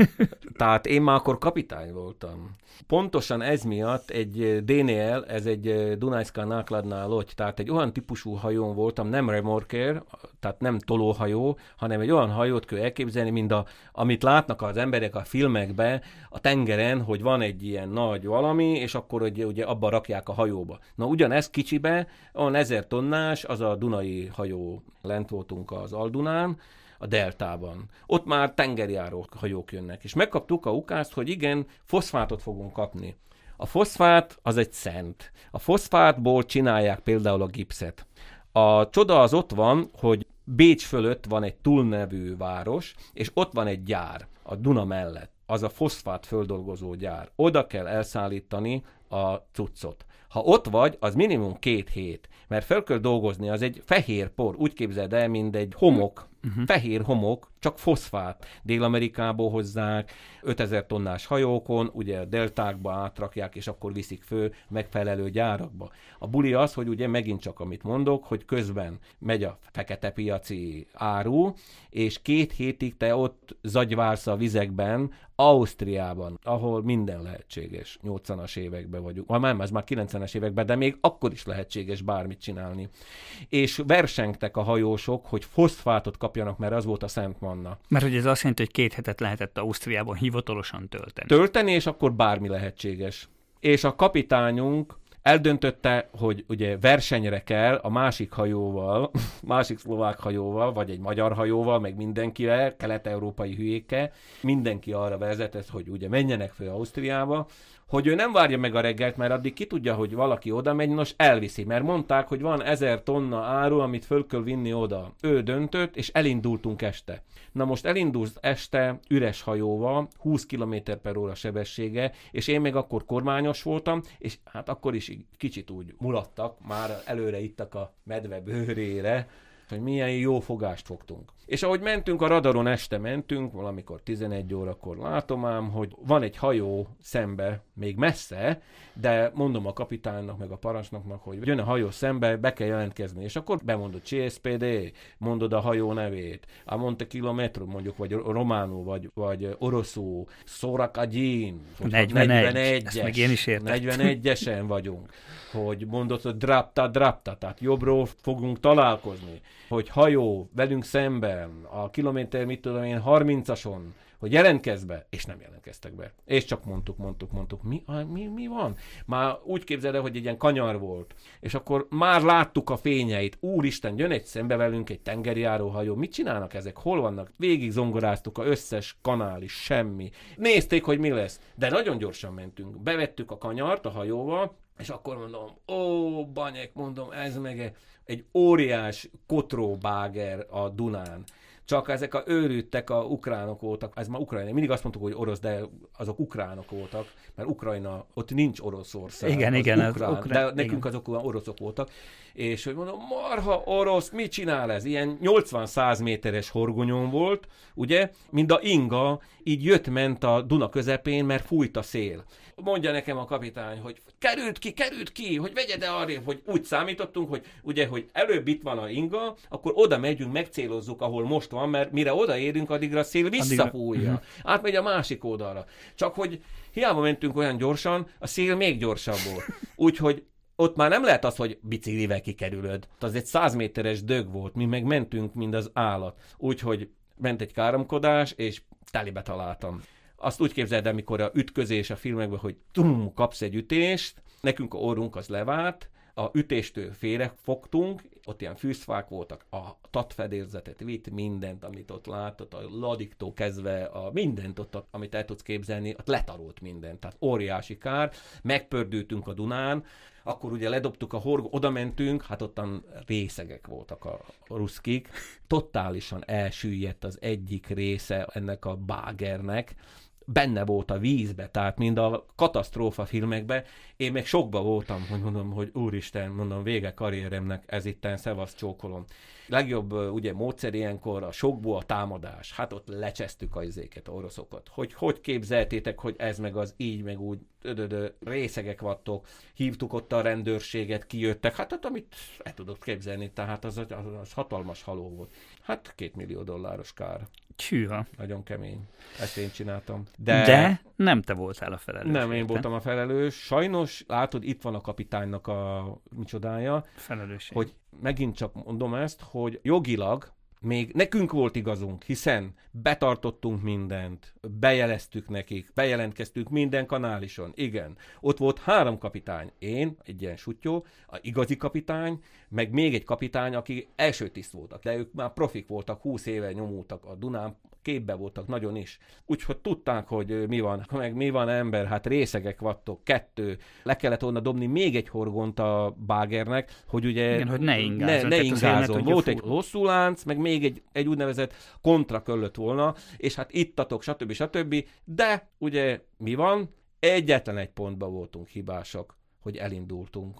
Tehát én már akkor kapitány voltam. Pontosan ez miatt egy DNL, ez egy Dunajská nákladná loď, tehát egy olyan típusú hajón voltam, nem remorker, tehát nem tolóhajó, hanem egy olyan hajót kell elképzelni, mint amit látnak az emberek a filmekben a tengeren, hogy van egy ilyen nagy valami, és akkor ugye abba rakják a hajóba. Na ugyanez kicsibe, olyan 1000 tonnás, az a Dunai hajó. Lent voltunk az Aldunán, a deltában. Ott már tengerjáró hajók jönnek. És megkaptuk a ukázt, hogy igen, foszfátot fogunk kapni. A foszfát az egy szent. A foszfátból csinálják például a gipszet. A csoda az ott van, hogy Bécs fölött van egy Thun nevű város, és ott van egy gyár a Duna mellett. Az a foszfát földolgozó gyár. Oda kell elszállítani a cuccot. Ha ott vagy, az minimum 2 hét, mert fel kell dolgozni, az egy fehér por, úgy képzeld el, mint egy homok, fehér homok, csak foszfát. Dél-Amerikából hozzák, 5000 tonnás hajókon, ugye a deltákba átrakják, és akkor viszik föl megfelelő gyárakba. A buli az, hogy ugye megint csak amit mondok, hogy közben megy a fekete piaci áru, és 2 hétig te ott zagyválsz a vizekben, Ausztriában, ahol minden lehetséges. 80-as években vagyunk. Nem, ez már 90-es években, de még akkor is lehetséges bármit csinálni. És versengtek a hajósok, hogy foszfátot kapjanak, mert az volt a Szent Manna. Mert hogy ez azt jelenti, hogy 2 hetet lehetett Ausztriában hivatalosan tölteni. Tölteni, és akkor bármi lehetséges. És a kapitányunk eldöntötte, hogy ugye versenyre kell a másik hajóval, másik szlovák hajóval, vagy egy magyar hajóval, meg mindenkivel, kelet-európai hülyékkel, mindenki arra vezetett, hogy ugye menjenek fel Ausztriába, hogy ő nem várja meg a reggelt, mert addig ki tudja, hogy valaki oda megy, nos elviszi, mert mondták, hogy van 1000 tonna áru, amit föl kell vinni oda. Ő döntött, és elindultunk este. Na most elindult este üres hajóval, 20 km/h sebessége, és én még akkor kormányos voltam, és hát akkor is kicsit úgy mulattak, már előre ittak a medve bőrére, hogy milyen jó fogást fogtunk. És ahogy mentünk, a radaron este mentünk, valamikor 11 órakor látom ám, hogy van egy hajó szembe, még messze, de mondom a kapitánynak, meg a parancsnoknak, hogy jön a hajó szembe, be kell jelentkezni. És akkor bemondod CSPD, mondod a hajó nevét, a Monte Kilometro, mondjuk, vagy románul, vagy oroszul, Szorakadjin, 41-es, meg én is értettem. 41-esen vagyunk, hogy mondod, hogy drapta, tehát jobbról fogunk találkozni, hogy hajó velünk szemben, a kilométer, 30-ason, hogy jelentkezz be, és nem jelentkeztek be. És csak mondtuk, mi van? Már úgy képzeld el, hogy egy ilyen kanyar volt, és akkor már láttuk a fényeit. Úristen, jön egy szembe velünk egy tengerjáró hajó, mit csinálnak ezek, hol vannak? Végig zongoráztuk a összes kanál is, semmi. Nézték, hogy mi lesz, de nagyon gyorsan mentünk. Bevettük a kanyart a hajóval, és akkor mondom, banyek, mondom, ez meg egy óriás kotróbáger a Dunán. Csak ezek a őrültek, a ukránok voltak, ez már Ukrajna, mindig azt mondtuk, hogy orosz, de azok ukránok voltak, mert Ukrajna, ott nincs Oroszország. Igen, ukrán, de nekünk azok oroszok voltak. És hogy mondom, marha orosz, mit csinál ez? Ilyen 80-100 méteres horgonyon volt, ugye, mint a inga, így jött-ment a Duna közepén, mert fújt a szél. Mondja nekem a kapitány, hogy került ki, hogy vegye de arrébb, hogy úgy számítottunk, hogy ugye, hogy előbb itt van a inga, akkor oda megyünk, megcélozzuk, ahol most van, mert mire odaérünk, addigra a szél visszafújja. Átmegy a másik oldalra. Csak hogy hiába mentünk olyan gyorsan, a szél még gyorsabb volt. Úgyhogy ott már nem lehet az, hogy biciklivel kikerülöd. Az egy 100 méteres dög volt, mi meg mentünk, mint az állat. Úgyhogy ment egy káromkodás, és telibe találtam. Azt úgy képzeld el, amikor a ütközés a filmekben, hogy kapsz egy ütést, nekünk a orrunk az levált, a ütéstől félre fogtunk, ott ilyen fűszfák voltak, a tatfedélzetet vitt, mindent, amit ott látott, a ladiktól kezdve, a mindent ott, amit el tudsz képzelni, ott letarolt mindent, tehát óriási kár, megpördültünk a Dunán, akkor ugye ledobtuk a oda mentünk, hát ottan részegek voltak a ruszkik, totálisan elsüllyedt az egyik része ennek a bágernek, benne volt a vízbe, tehát mind a katasztrófa filmekben. Én meg sokba voltam, hogy mondom, hogy úristen, mondom, vége karrieremnek, ez itten, szevasz, csókolom. Legjobb ugye módszer ilyenkor a sokból a támadás. Hát ott lecsesztük a izéket, a oroszokat. Hogy képzeltétek, hogy ez meg az így, meg úgy, részegek vattok, hívtuk ott a rendőrséget, kijöttek, hát ott, amit el tudok képzelni, tehát az hatalmas haló volt. Hát $2 millió kár. Hűha. Nagyon kemény. Ezt én csináltam. De nem te voltál a felelős. Nem, én voltam a felelős. Sajnos, látod, itt van a kapitánynak a micsodája. Felelősség. Hogy megint csak mondom ezt, hogy jogilag még nekünk volt igazunk, hiszen betartottunk mindent, bejeleztük nekik, bejelentkeztünk minden kanálison. Igen, ott volt 3 kapitány. Én, egy ilyen sutyó, a igazi kapitány, meg még egy kapitány, aki első tiszt voltak, de ők már profik voltak, 20 éve nyomultak a Dunán, képbe voltak nagyon is. Úgyhogy tudták, hogy mi van, meg mi van ember, hát részegek vattok, 2, le kellett volna dobni még egy horgont a bágernek, hogy ugye igen, hogy ne ingázzon. Ne ingázzon. Volt egy hosszú lánc, meg még egy úgynevezett kontra köllött volna, és hát ittatok, stb. De ugye mi van? Egyetlen egy pontban voltunk hibásak, hogy elindultunk.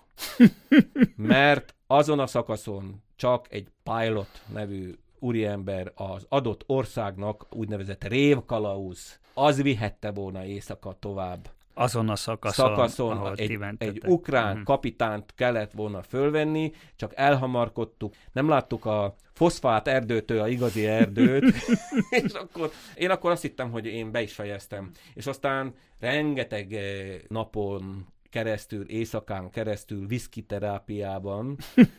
Mert azon a szakaszon csak egy pilot nevű úriember az adott országnak úgynevezett révkalauz, az vihette volna éjszaka tovább. Azon a szakaszon ahol egy ukrán kapitányt kellett volna fölvenni, csak elhamarkodtuk, nem láttuk a foszfát erdőtől a igazi erdőt, és akkor én azt hittem, hogy én be is fejeztem. És aztán rengeteg napon keresztül, éjszakán keresztül viszkiterápiában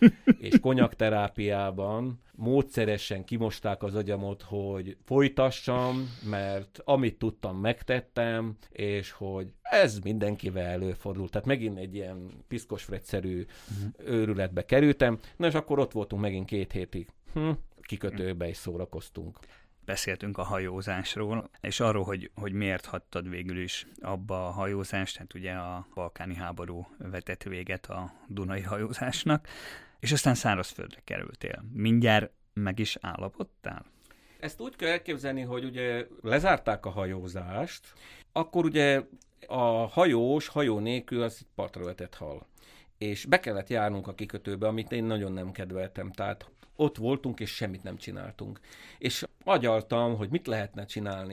és konyakterápiában módszeresen kimosták az agyamot, hogy folytassam, mert amit tudtam, megtettem, és hogy ez mindenkivel előfordult. Tehát megint egy ilyen piszkosfredszerű őrületbe kerültem, na és akkor ott voltunk megint 2 hétig. Kikötőbe is szórakoztunk. Beszéltünk a hajózásról, és arról, hogy miért hagytad végül is abba a hajózást, hát ugye a balkáni háború vetett véget a dunai hajózásnak, és aztán szárazföldre kerültél. Mindjárt meg is állapodtál? Ezt úgy kell elképzelni, hogy ugye lezárták a hajózást, akkor ugye a hajó nélkül az partra vetett hal. És be kellett járnunk a kikötőbe, amit én nagyon nem kedveltem, tehát ott voltunk, és semmit nem csináltunk. És agyaltam, hogy mit lehetne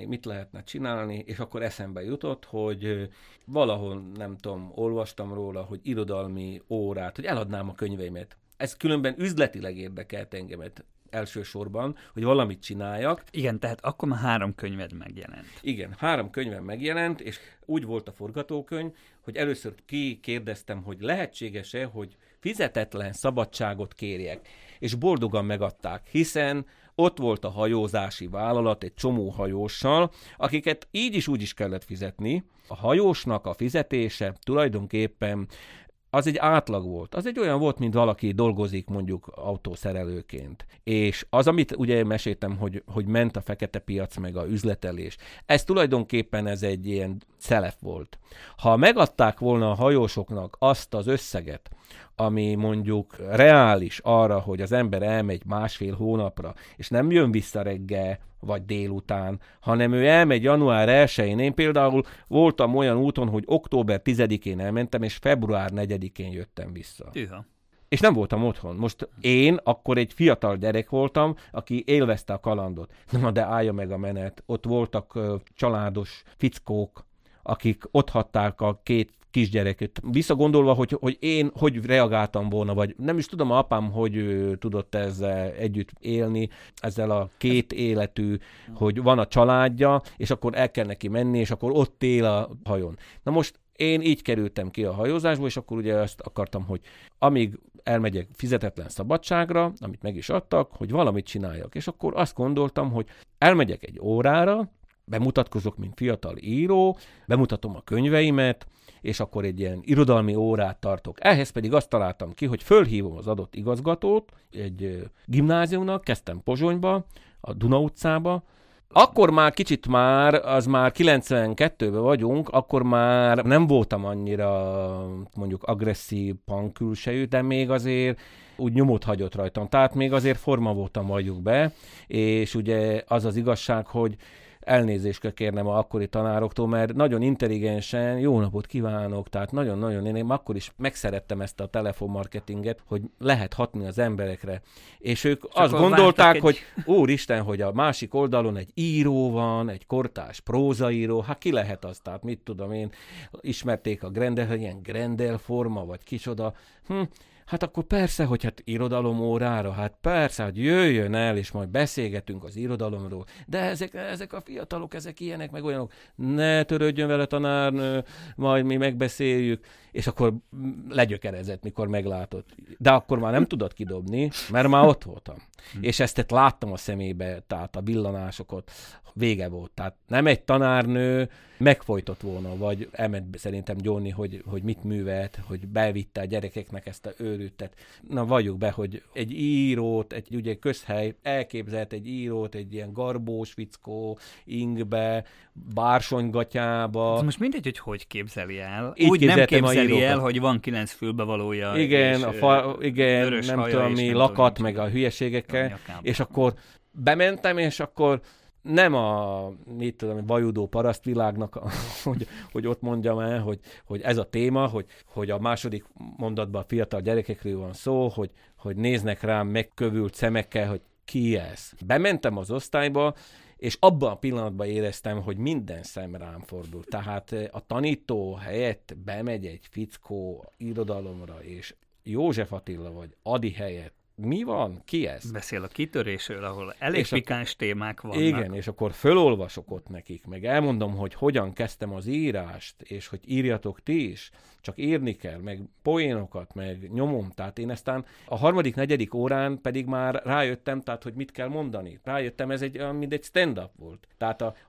csinálni, és akkor eszembe jutott, hogy valahol, nem tudom, olvastam róla, hogy irodalmi órát, hogy eladnám a könyveimet. Ez különben üzletileg érdekelt engemet elsősorban, hogy valamit csináljak. Igen, tehát akkor már 3 könyved megjelent. Igen, 3 könyvem megjelent, és úgy volt a forgatókönyv, hogy először kikérdeztem, hogy lehetséges-e, hogy fizetetlen szabadságot kérjek. És boldogan megadták, hiszen ott volt a hajózási vállalat egy csomó hajóssal, akiket így is úgy is kellett fizetni. A hajósnak a fizetése tulajdonképpen az egy átlag volt. Az egy olyan volt, mint valaki dolgozik mondjuk autószerelőként. És az, amit ugye meséltem, hogy ment a fekete piac meg a üzletelés, ez tulajdonképpen ez egy ilyen szelef volt. Ha megadták volna a hajósoknak azt az összeget, ami mondjuk reális arra, hogy az ember elmegy 1,5 hónapra, és nem jön vissza reggel vagy délután, hanem ő elmegy január 1-én. Én például voltam olyan úton, hogy október 10-én elmentem, és február 4-én jöttem vissza. Tűha. És nem voltam otthon. Most én akkor egy fiatal gyerek voltam, aki élvezte a kalandot. Na, de állja meg a menet. Ott voltak családos fickók, akik otthagyták a 2 kisgyereket. Visszagondolva, hogy én hogy reagáltam volna, vagy nem is tudom, apám hogy tudott ezzel együtt élni, ezzel a 2 életű, hogy van a családja, és akkor el kell neki menni, és akkor ott él a hajón. Na most én így kerültem ki a hajózásból, és akkor ugye azt akartam, hogy amíg elmegyek fizetetlen szabadságra, amit meg is adtak, hogy valamit csináljak. És akkor azt gondoltam, hogy elmegyek egy órára, bemutatkozok, mint fiatal író, bemutatom a könyveimet, és akkor egy ilyen irodalmi órát tartok. Ehhez pedig azt találtam ki, hogy fölhívom az adott igazgatót, egy gimnáziumnak, kezdtem Pozsonyba, a Duna utcába. Akkor már kicsit az már 92-ben vagyunk, akkor már nem voltam annyira mondjuk agresszív punk külsejű, de még azért úgy nyomot hagyott rajtam. Tehát még azért forma voltam, valljuk be, és ugye az az igazság, hogy elnézést kell kérnem a akkori tanároktól, mert nagyon intelligensen, jó napot kívánok, tehát nagyon-nagyon, én akkor is megszerettem ezt a telefonmarketinget, hogy lehet hatni az emberekre. És ők azt gondolták, hogy úristen, hogy a másik oldalon egy író van, egy kortárs prózaíró, hát ki lehet az, tehát mit tudom én, ismerték a Grendel, hogy ilyen Grendel forma, vagy kicsoda, hát akkor persze, hogy hát irodalomórára, hát persze, hogy jöjjön el, és majd beszélgetünk az irodalomról, de ezek a fiatalok, ezek ilyenek, meg olyanok, ne törődjön vele tanárnő, majd mi megbeszéljük, és akkor legyökerezett, mikor meglátott. De akkor már nem tudott kidobni, mert már ott voltam. És ezt láttam a szemébe, tehát a villanásokat, vége volt. Tehát nem egy tanárnő megfojtott volna, vagy elment szerintem gyónni, hogy mit művelt, hogy bevitte a gyerekeknek ezt a őrültet. Na, valljuk be, hogy egy írót, egy ugye közhely elképzelt egy írót, egy ilyen garbós fickó, ingbe, bársonygatyába. Ez most mindegy, hogy képzeli el. Így úgy nem képzeli el, hogy van 9 fülbevalója. Igen, igen, nem tudom mi, lakat, meg a hülyeségekkel. És akkor bementem, és akkor nem a, mit tudom, vajudó parasztvilágnak, hogy ott mondjam el, hogy ez a téma, hogy a második mondatban a fiatal gyerekekről van szó, hogy néznek rám megkövült szemekkel, hogy ki ez. Bementem az osztályba, és abban a pillanatban éreztem, hogy minden szem rám fordul. Tehát a tanító helyett bemegy egy fickó irodalomra, és József Attila vagy Ady helyett mi van? Ki ez? Beszél a kitörésről, ahol elég pikáns témák vannak. Igen, és akkor fölolvasok ott nekik, meg elmondom, hogy hogyan kezdtem az írást, és hogy írjatok ti is, csak írni kell, meg poénokat, meg nyomom. Tehát én aztán a 3.-4. órán pedig már rájöttem, tehát hogy mit kell mondani. Rájöttem, ez mint egy stand-up volt. Tehát a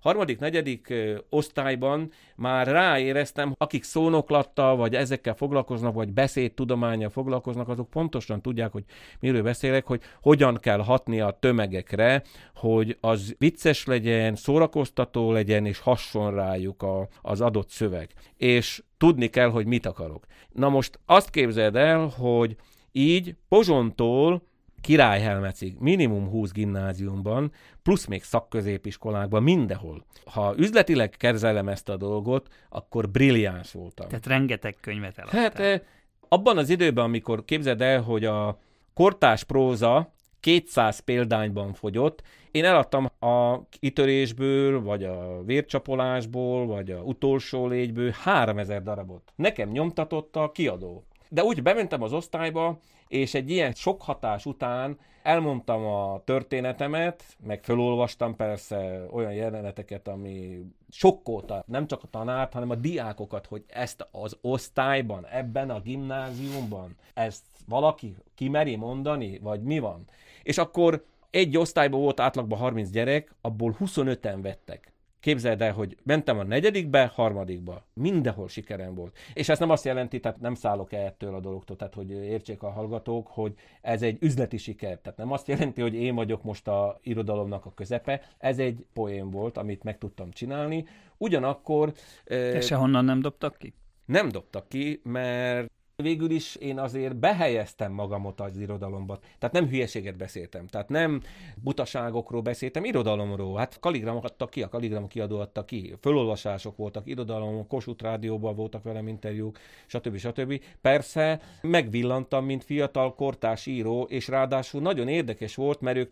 3.-4. Osztályban már ráéreztem, akik szónoklattal, vagy ezekkel foglalkoznak, vagy beszédtudománnyal foglalkoznak, azok pontosan tudják, hogy miről beszélek, hogy hogyan kell hatni a tömegekre, hogy az vicces legyen, szórakoztató legyen, és hasson rájuk az adott szöveg. És tudni kell, hogy mit akarok. Na most azt képzeld el, hogy így Pozsontól Királyhelmecig minimum 20 gimnáziumban, plusz még szakközépiskolákban, mindenhol. Ha üzletileg kezelem ezt a dolgot, akkor brilliáns voltam. Tehát rengeteg könyvet eladtál. Hát abban az időben, amikor képzeld el, hogy a kortárs próza 200 példányban fogyott, én eladtam a kitörésből, vagy a vércsapolásból, vagy a utolsó légyből 3000 darabot. Nekem nyomtatott a kiadó. De úgy bementem az osztályba, és egy ilyen sok hatás után elmondtam a történetemet, meg felolvastam persze olyan jeleneteket, ami sokkolta nem csak a tanárt, hanem a diákokat, hogy ezt az osztályban, ebben a gimnáziumban, ezt valaki kimeri mondani, vagy mi van? És akkor egy osztályban volt átlagban 30 gyerek, abból 25-en vettek. Képzeld el, hogy mentem a 4., 3. mindenhol sikerem volt. És ez nem azt jelenti, tehát nem szállok el ettől a dologtól, tehát hogy értsék a hallgatók, hogy ez egy üzleti siker. Tehát nem azt jelenti, hogy én vagyok most a irodalomnak a közepe. Ez egy poén volt, amit meg tudtam csinálni. Ugyanakkor... És sehonnan nem dobtak ki? Nem dobtak ki, mert végül is én azért behelyeztem magamot az irodalomba. Tehát nem hülyeséget beszéltem, tehát nem butaságokról beszéltem, irodalomról. Hát Kalligram adta ki, a Kalligram kiadó adta ki, fölolvasások voltak, irodalom, Kossuth Rádióban voltak velem interjúk, stb. Persze megvillantam, mint fiatal kortárs író, és ráadásul nagyon érdekes volt, mert ők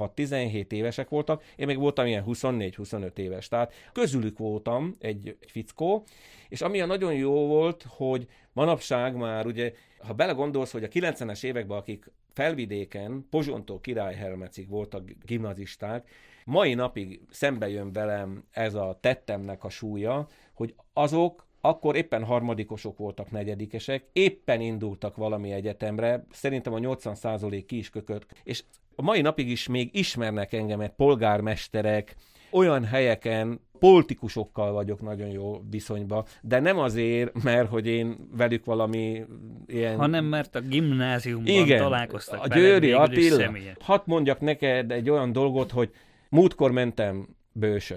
16-17 évesek voltak, én még voltam ilyen 24-25 éves. Tehát közülük voltam egy fickó, és ami a nagyon jó volt, hogy manapság már ugye, ha belegondolsz, hogy a 90-es években, akik Felvidéken, Pozsontól Királyhelmecig voltak gimnazisták, mai napig szembe jön velem ez a tettemnek a súlya, hogy azok akkor éppen harmadikosok voltak, negyedikesek, éppen indultak valami egyetemre, szerintem a 80% ki is kökött, és a mai napig is még ismernek engemet polgármesterek, olyan helyeken politikusokkal vagyok nagyon jó viszonyban, de nem azért, mert hogy én velük valami ilyen... Hanem mert a gimnáziumban találkoztak a Győri Attila. Hadd mondjak neked egy olyan dolgot, hogy múltkor mentem Bősön,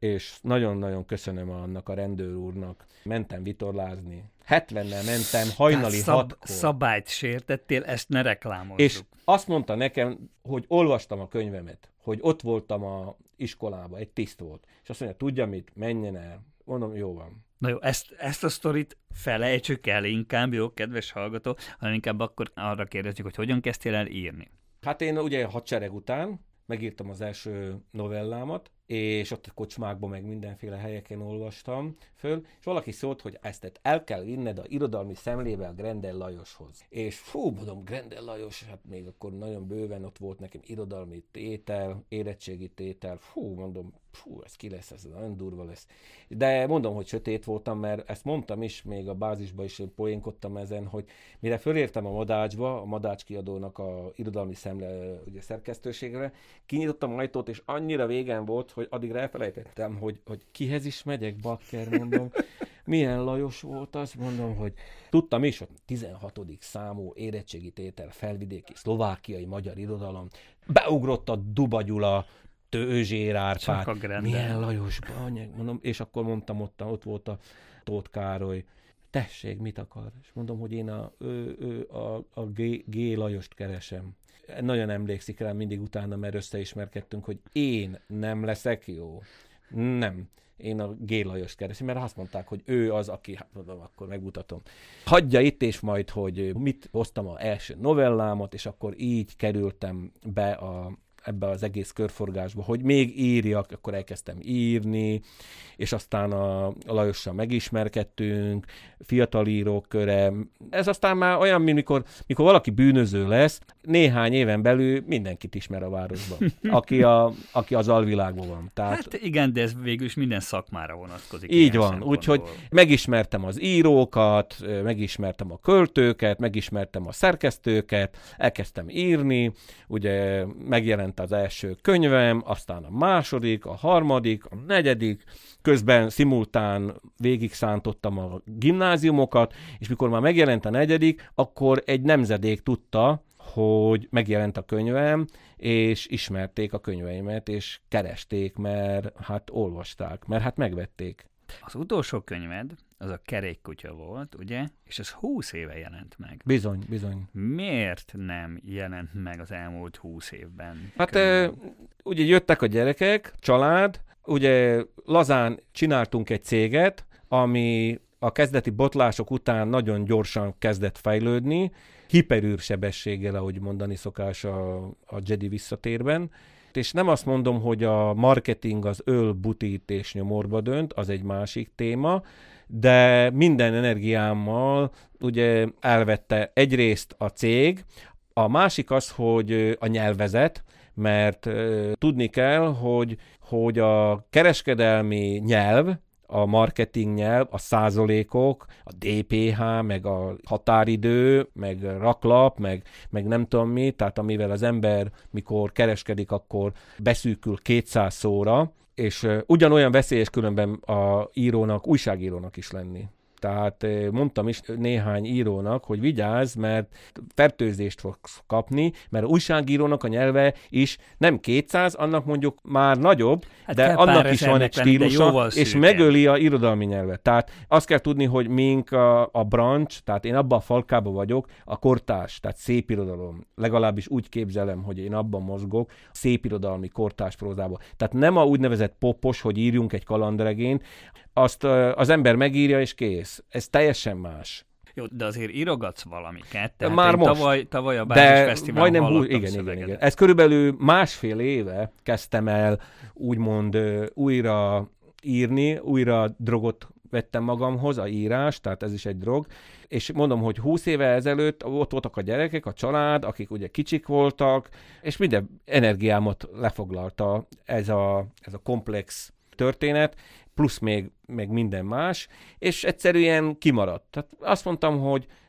és nagyon-nagyon köszönöm annak a rendőr úrnak. Mentem vitorlázni. 70-nel mentem hajnali 6-kor. Szabályt sértettél, ezt ne reklámozzuk. És azt mondta nekem, hogy olvastam a könyvemet, hogy ott voltam a iskolában, egy tiszt volt. És azt mondja, tudja mit, menjen el. Mondom, jó van. Na jó, ezt a sztorit felejtsük el inkább, jó, kedves hallgató, hanem inkább akkor arra kérdezzük, hogy hogyan kezdtél el írni. Hát én ugye a hadsereg után megírtam az első novellámat, és ott a kocsmákban meg mindenféle helyeken olvastam föl, és valaki szólt, hogy ezt el kell vinned a irodalmi szemlével Grendel Lajoshoz. És mondom, Grendel Lajos, hát még akkor nagyon bőven ott volt nekem irodalmi tétel, érettségi tétel, mondom, ez ki lesz, ez nagyon durva lesz. De mondom, hogy sötét voltam, mert ezt mondtam is, még a bázisban is poénkodtam ezen, hogy mire fölértem a Madácsba, a Madács kiadónak a irodalmi szemle ugye, szerkesztőségre, kinyitottam ajtót, és annyira végen volt, hogy addigra elfelejtettem, hogy kihez is megyek, bakker, mondom. Milyen Lajos volt az, mondom, hogy tudtam is, hogy 16. számú érettségi tétel, felvidéki, szlovákiai magyar irodalom, beugrott a Duba Gyula, Tőzsér Árpád, milyen Lajos, banyeg, mondom, és akkor mondtam, ott volt a Tóth Károly, tessék, mit akar? És mondom, hogy én a G. Lajost keresem. Nagyon emlékszik rám mindig utána, mert összeismerkedtünk, hogy én nem leszek jó. Nem. Én a G. Lajost keresem, mert azt mondták, hogy ő az, aki, hát mondom, akkor megmutatom. Hagyja itt, és majd, hogy mit hoztam az első novellámat, és akkor így kerültem be ebbe az egész körforgásba, hogy még írjak, akkor elkezdtem írni, és aztán a Lajossal megismerkedtünk, fiatal írók köre. Ez aztán már olyan, mint mikor valaki bűnöző lesz, néhány éven belül mindenkit ismer a városban, aki az alvilágban van. Tehát, hát igen, de ez végül is minden szakmára vonatkozik. Így van, úgyhogy megismertem az írókat, megismertem a költőket, megismertem a szerkesztőket, elkezdtem írni, ugye megjelent az első könyvem, aztán a második, a harmadik, a negyedik, közben szimultán végig szántottam a gimnáziumokat, és mikor már megjelent a negyedik, akkor egy nemzedék tudta, hogy megjelent a könyvem, és ismerték a könyveimet, és keresték, mert hát olvasták, mert hát megvették. Az utolsó könyved, az a Kerékkutya volt, ugye? És ez 20 éve jelent meg. Bizony. Miért nem jelent meg az elmúlt 20 évben? Hát ugye jöttek a gyerekek, család, ugye lazán csináltunk egy céget, ami a kezdeti botlások után nagyon gyorsan kezdett fejlődni, hiperűrsebességgel, ahogy mondani szokás a Jedi visszatérben. És nem azt mondom, hogy a marketing az öl, butít és nyomorba dönt, az egy másik téma, de minden energiámmal ugye elvette egyrészt a cég, a másik az, hogy a nyelvezet, mert tudni kell, hogy a kereskedelmi nyelv, a marketing nyelv, a százalékok, a DPH, meg a határidő, meg raklap, meg nem tudom mi, tehát amivel az ember, mikor kereskedik, akkor beszűkül 200 szóra, és ugyanolyan veszélyes különben a újságírónak is lenni. Tehát mondtam is néhány írónak, hogy vigyázz, mert fertőzést fogsz kapni, mert újságírónak a nyelve is nem 200, annak mondjuk már nagyobb, hát de annak is van egy stílusa, és megöli a irodalmi nyelvet. Tehát azt kell tudni, hogy mink a branch, tehát én abban a falkában vagyok, a kortárs, tehát szépirodalom. Legalábbis úgy képzelem, hogy én abban mozgok, szépirodalmi kortárs prózában. Tehát nem a úgynevezett popos, hogy írjunk egy kalandregényt, azt az ember megírja, és kész. Ez teljesen más. Jó, de azért írogatsz valamiket. Tehát már most. Tavaly a Bázis Fesztiválon hallottam igen. Ez körülbelül másfél éve kezdtem el úgymond újra írni, újra drogot vettem magamhoz, a írás, tehát ez is egy drog, és mondom, hogy 20 éve ezelőtt ott voltak a gyerekek, a család, akik ugye kicsik voltak, és minden energiámat lefoglalta ez a komplex történet, plusz még minden más, és egyszerűen kimaradt. Tehát azt mondtam, hogy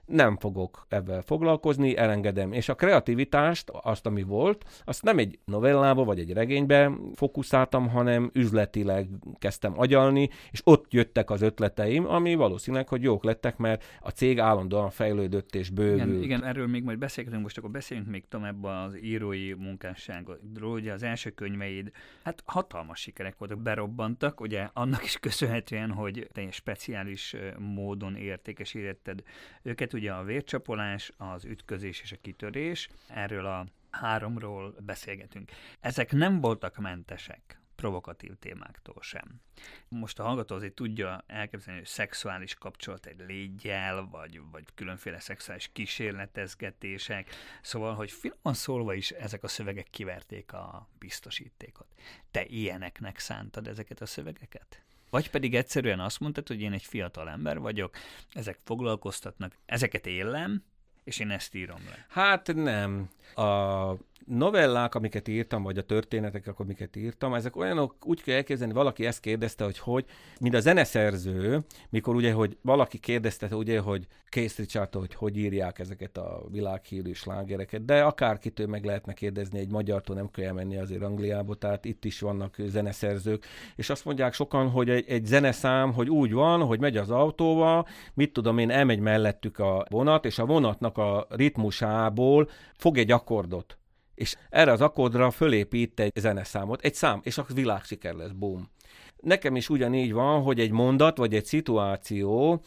nem fogok ebben foglalkozni, elengedem. És a kreativitást, azt, ami volt, azt nem egy novellába vagy egy regénybe fókuszáltam, hanem üzletileg kezdtem agyalni, és ott jöttek az ötleteim, ami valószínűleg, hogy jók lettek, mert a cég állandóan fejlődött és bővült. Igen, erről még majd beszélgetünk, most akkor beszéljünk még tovább az írói munkásságról. Ugye az első könyveid, hát hatalmas sikerek voltak, berobbantak, ugye annak is köszönhetően, hogy te speciális módon értékesítetted őket, ugye a vércsapolás, az ütközés és a kitörés, erről a 3-ról beszélgetünk. Ezek nem voltak mentesek provokatív témáktól sem. Most a hallgató azért tudja elképzelni, hogy szexuális kapcsolat egy légyel, vagy különféle szexuális kísérletezgetések, szóval, hogy finoman szólva is ezek a szövegek kiverték a biztosítékot. Te ilyeneknek szántad ezeket a szövegeket? Vagy pedig egyszerűen azt mondtad, hogy én egy fiatal ember vagyok, ezek foglalkoztatnak, ezeket élem, és én ezt írom le. Hát nem. A novellák, amiket írtam, vagy a történetek, amiket írtam, ezek olyanok, úgy kell elképzelni, valaki ezt kérdezte, hogy mint a zeneszerző, mikor ugye, hogy valaki kérdezte, ugye, hogy Keith Richardtól, hogy írják ezeket a világhírű slágereket, de akárkitől meg lehetne kérdezni, egy magyartól nem kell menni azért Angliába, tehát itt is vannak zeneszerzők, és azt mondják sokan, hogy egy zeneszám, hogy úgy van, hogy megy az autóval, mit tudom én, elmegy mellettük a vonat, és a vonatnak a ritmusából fog egy akkordot. És erre az akkordra fölépít egy zeneszámot, egy szám, és akkor világsiker lesz, boom. Nekem is ugyanígy van, hogy egy mondat, vagy egy szituáció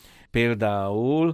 például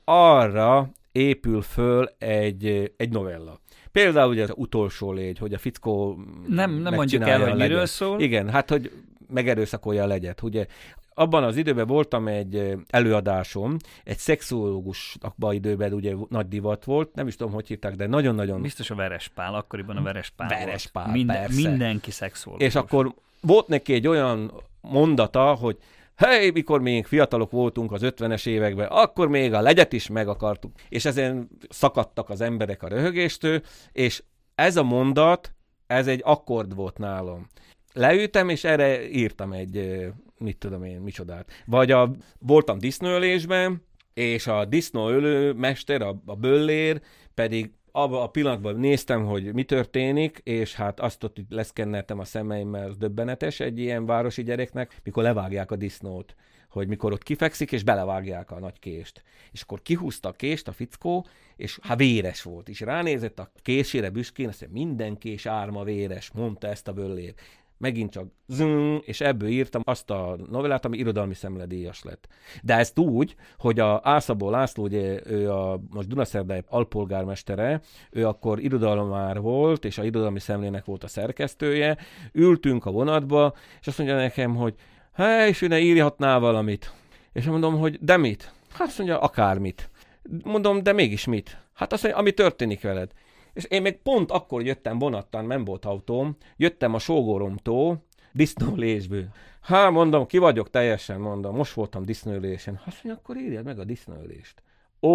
arra épül föl egy novella. Például ugye az utolsó légy, hogy a fickó nem mondjuk el, hogy miről szól. Igen, hát, hogy megerőszakolja a legyet, ugye. Abban az időben voltam egy előadásom, egy szexológusnak időben ugye nagy divat volt, nem is tudom, hogy hívták, de nagyon-nagyon... Biztos a Verespál, akkoriban a Verespál volt. Verespál, mindenki szexológus. És akkor volt neki egy olyan mondata, hogy hey, mikor még fiatalok voltunk az 50-es években, akkor még a legyet is meg akartuk. És ezen szakadtak az emberek a röhögéstől, és ez a mondat, ez egy akkord volt nálam. Leültem, és erre írtam egy, mit tudom én, micsodát. Vagy voltam disznóölésben, és a disznóölő mester, a böllér pedig abban a pillanatban néztem, hogy mi történik, és hát azt ott leszkenneltem a szemeimmel, az döbbenetes egy ilyen városi gyereknek, mikor levágják a disznót, hogy mikor ott kifekszik, és belevágják a nagy kést. És akkor kihúzta a kést a fickó, és hát véres volt. És ránézett a késére büszkén, azt mondja, minden kés árma véres, mondta ezt a böllér. Megint csak és ebből írtam azt a novellát, ami irodalmi szemledíjas lett. De ezt úgy, hogy a Ászabó László, ugye ő most Dunaszerdai alpolgármestere, ő akkor irodalomár volt, és a irodalmi szemlének volt a szerkesztője, ültünk a vonatba, és azt mondja nekem, hogy és ő ne írhatná valamit. És mondom, hogy de mit? Hát azt mondja, akármit. Mondom, de mégis mit? Hát azt mondja, ami történik veled. És én még pont akkor jöttem vonattal, nem volt autóm, jöttem a sógoromtól, disznóölésből. Mondom, ki vagyok teljesen, mondom, most voltam disznóölésen. Azt mondja, akkor írjad meg a disznóölést.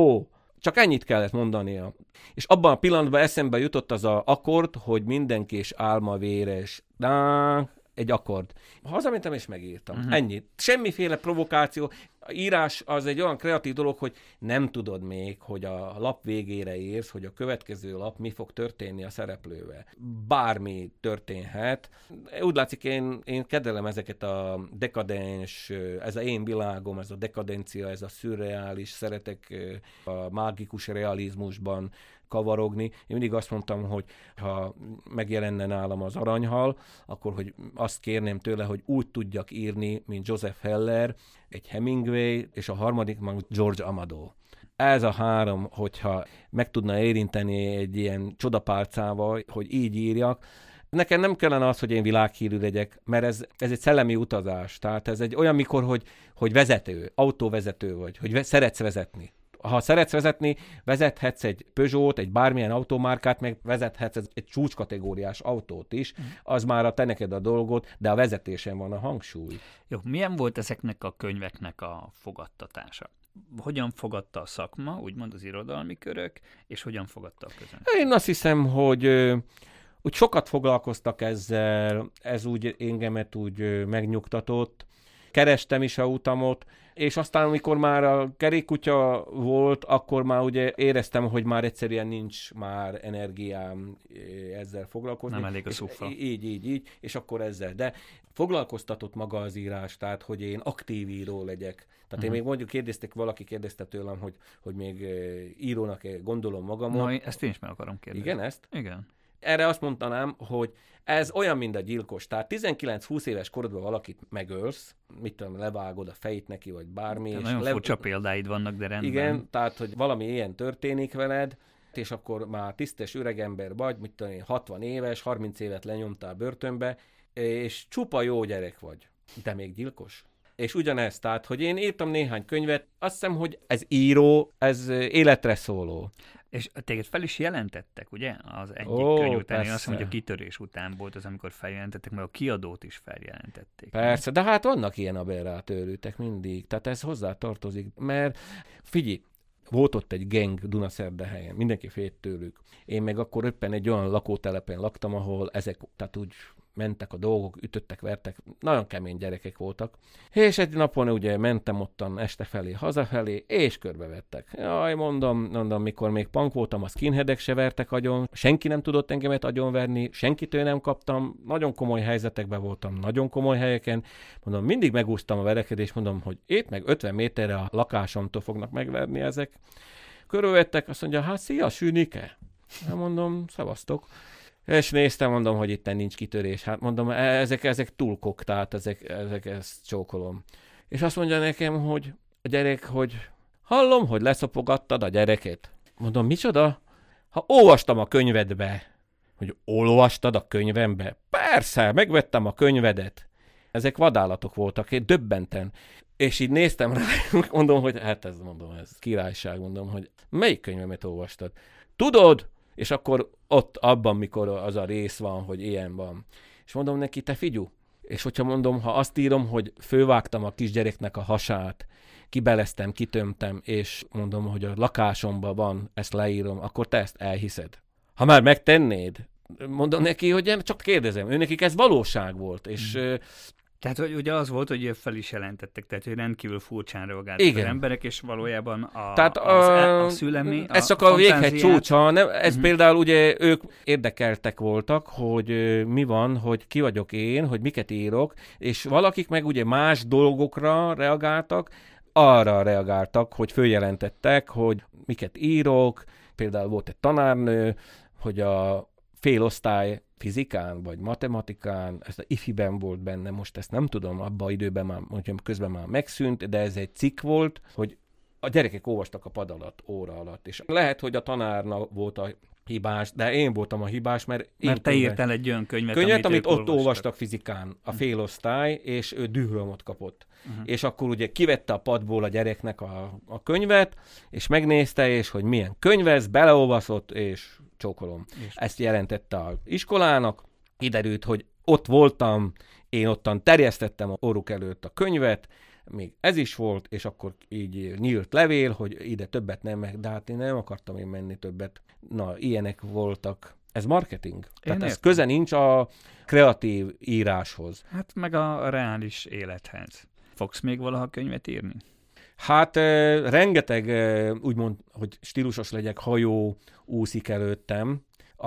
Csak ennyit kellett mondania. És abban a pillanatban eszembe jutott az a akkord, hogy mindenki és álma véres. Egy akkord. Hazamentem és megírtam. Ennyit. Semmiféle provokáció. A írás az egy olyan kreatív dolog, hogy nem tudod még, hogy a lap végére érsz, hogy a következő lap mi fog történni a szereplővel. Bármi történhet. Úgy látszik, én kedvelem ezeket a dekadens, ez a én világom, ez a dekadencia, ez a szürreális, szeretek a mágikus realizmusban kavarogni. Én mindig azt mondtam, hogy ha megjelenne nálam az Aranyhal, akkor hogy azt kérném tőle, hogy úgy tudjak írni, mint Joseph Heller, egy Hemingway, és a harmadik meg George Amado. Ez a 3, hogyha meg tudna érinteni egy ilyen csodapálcával, hogy így írjak, nekem nem kellene az, hogy én világhírű legyek, mert ez egy szellemi utazás. Tehát ez egy olyan, mikor, hogy vezető, autóvezető vagy, hogy szeretsz vezetni. Ha szeretsz vezetni, vezethetsz egy Peugeot, egy bármilyen automárkát, meg vezethetsz egy csúcskategóriás autót is, az már a te neked a dolgot, de a vezetésen van a hangsúly. Jó, milyen volt ezeknek a könyveknek a fogadtatása? Hogyan fogadta a szakma, úgymond az irodalmi körök, és hogyan fogadta a közönség? Én azt hiszem, hogy úgy sokat foglalkoztak ezzel, ez úgy engemet úgy megnyugtatott. Kerestem is a utamot, És aztán, amikor már a kerékkutya volt, akkor már ugye éreztem, hogy már egyszerűen nincs már energiám ezzel foglalkozni. Nem elég a szuffa. Így, és akkor ezzel. De foglalkoztatott maga az írás, tehát hogy én aktív író legyek. Tehát én még mondjuk valaki kérdezte tőlem, hogy még írónak gondolom magamot. Na, ezt én is meg akarom kérdezni. Igen, ezt? Igen. Erre azt mondanám, hogy ez olyan, mint a gyilkos. Tehát 19-20 éves korodban valakit megölsz, mit tudom, levágod a fejét neki, vagy bármi. És nagyon furcsa példáid vannak, de rendben. Igen, tehát, hogy valami ilyen történik veled, és akkor már tisztes öregember vagy, mit tudom én, 60 éves, 30 évet lenyomtál börtönbe, és csupa jó gyerek vagy, de még gyilkos. És ugyanez, tehát, hogy én írtam néhány könyvet, azt hiszem, hogy ez író, ez életre szóló. És téged fel is jelentettek, ugye? Az egyik könyv után. Persze. Én azt mondom, hogy a Kitörés után volt az, amikor feljelentettek, meg a Kiadót is feljelentették. Persze, de hát vannak ilyen aberrált őrültek mindig, tehát ez hozzá tartozik, mert figyelj, volt ott egy geng Dunaszerdahelyen, mindenki félt tőlük. Én meg akkor éppen egy olyan lakótelepen laktam, ahol ezek, tehát úgy mentek a dolgok, ütöttek, vertek, nagyon kemény gyerekek voltak. És egy napon ugye mentem ottan este felé, hazafelé, és körbevettek. Jaj, mondom, mikor még punk voltam, a skinheadek se vertek agyon, senki nem tudott engemet agyonverni, senkitől nem kaptam, nagyon komoly helyzetekben voltam, nagyon komoly helyeken. Mondom, mindig megúsztam a verekedést, mondom, hogy itt meg 50 méterre a lakásomtól fognak megverni ezek. Körülvettek, azt mondja, hát szia, Sünike. Mondom, szevasztok. És néztem, mondom, hogy itt nincs kitörés. Hát mondom, ezek túlkok, tehát ezt csókolom. És azt mondja nekem, hogy a gyerek, hogy hallom, hogy leszopogattad a gyereket. Mondom, micsoda? Ha olvastam a könyvedbe. Hogy olvastad a könyvembe? Persze, megvettem a könyvedet. Ezek vadállatok voltak, én döbbenten. És így néztem rá, mondom, hogy hát ez királyság, mondom, hogy melyik könyvemet olvastad? Tudod? És akkor ott abban, mikor az a rész van, hogy ilyen van. És mondom neki, te figyú, és hogyha mondom, ha azt írom, hogy fővágtam a kisgyereknek a hasát, kibeleztem, kitömtem, és mondom, hogy a lakásomban van, ezt leírom, akkor te ezt elhiszed. Ha már megtennéd, mondom neki, hogy csak kérdezem, ő nekik ez valóság volt, és... Tehát, hogy ugye az volt, hogy fel is jelentettek, tehát, hogy rendkívül furcsán reagáltak az emberek, és valójában a szülemi, ez csak a véghegy csúcsa, nem? Ez például ugye ők érdekeltek voltak, hogy mi van, hogy ki vagyok én, hogy miket írok, és valakik meg ugye más dolgokra reagáltak, arra reagáltak, hogy följelentettek, hogy miket írok, például volt egy tanárnő, hogy a félosztály fizikán vagy matematikán, ez a ifiben volt benne, most ezt nem tudom, abban időben már, mondjam, közben már megszűnt, de ez egy cikk volt, hogy a gyerekek olvastak a pad alatt, óra alatt, és lehet, hogy a tanárnak volt a hibás, de én voltam a hibás, mert te írtál egy olyan könyvet, amit ott olvastak fizikán, a félosztály, és ő dühörömöt kapott. És akkor ugye kivette a padból a gyereknek a könyvet, és megnézte, és hogy milyen könyv ez, beleolvasott, és csókolom. Ezt jelentette az iskolának, kiderült, hogy ott voltam, én ottan terjesztettem a orruk előtt a könyvet, még ez is volt, és akkor így nyílt levél, hogy ide többet nem, de hát én nem akartam menni többet. Na, ilyenek voltak. Ez marketing. Tehát ez köze nincs a kreatív íráshoz. Hát meg a reális élethez. Fogsz még valaha könyvet írni? Hát rengeteg, úgymond, hogy stílusos legyek, hajó úszik előttem,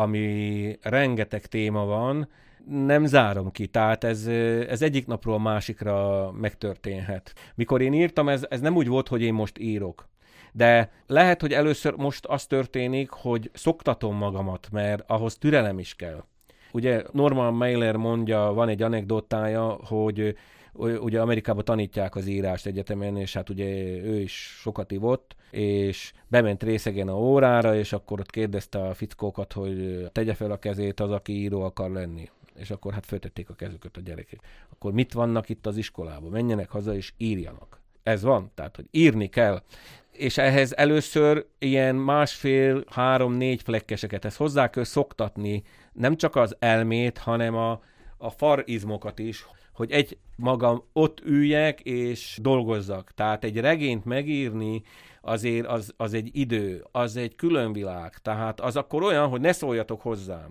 ami rengeteg téma van, nem zárom ki, tehát ez egyik napról a másikra megtörténhet. Mikor én írtam, ez nem úgy volt, hogy én most írok. De lehet, hogy először most az történik, hogy szoktatom magamat, mert ahhoz türelem is kell. Ugye Norman Mailer mondja, van egy anekdotája, hogy ugye Amerikában tanítják az írást egyetemen, és hát ugye ő is sokat ivott, és bement részegen a órára, és akkor ott kérdezte a fickókat, hogy tegye fel a kezét az, aki író akar lenni. És akkor hát föltették a kezüket a gyerekek. Akkor mit vannak itt az iskolában? Menjenek haza és írjanak. Ez van, tehát, hogy írni kell. És ehhez először ilyen 1,5, 3, 4 flekkeseket, ezt hozzá kell szoktatni, nem csak az elmét, hanem a farizmokat is, hogy egy magam ott üljek és dolgozzak. Tehát egy regényt megírni azért az egy idő, az egy külön világ. Tehát az akkor olyan, hogy ne szóljatok hozzám.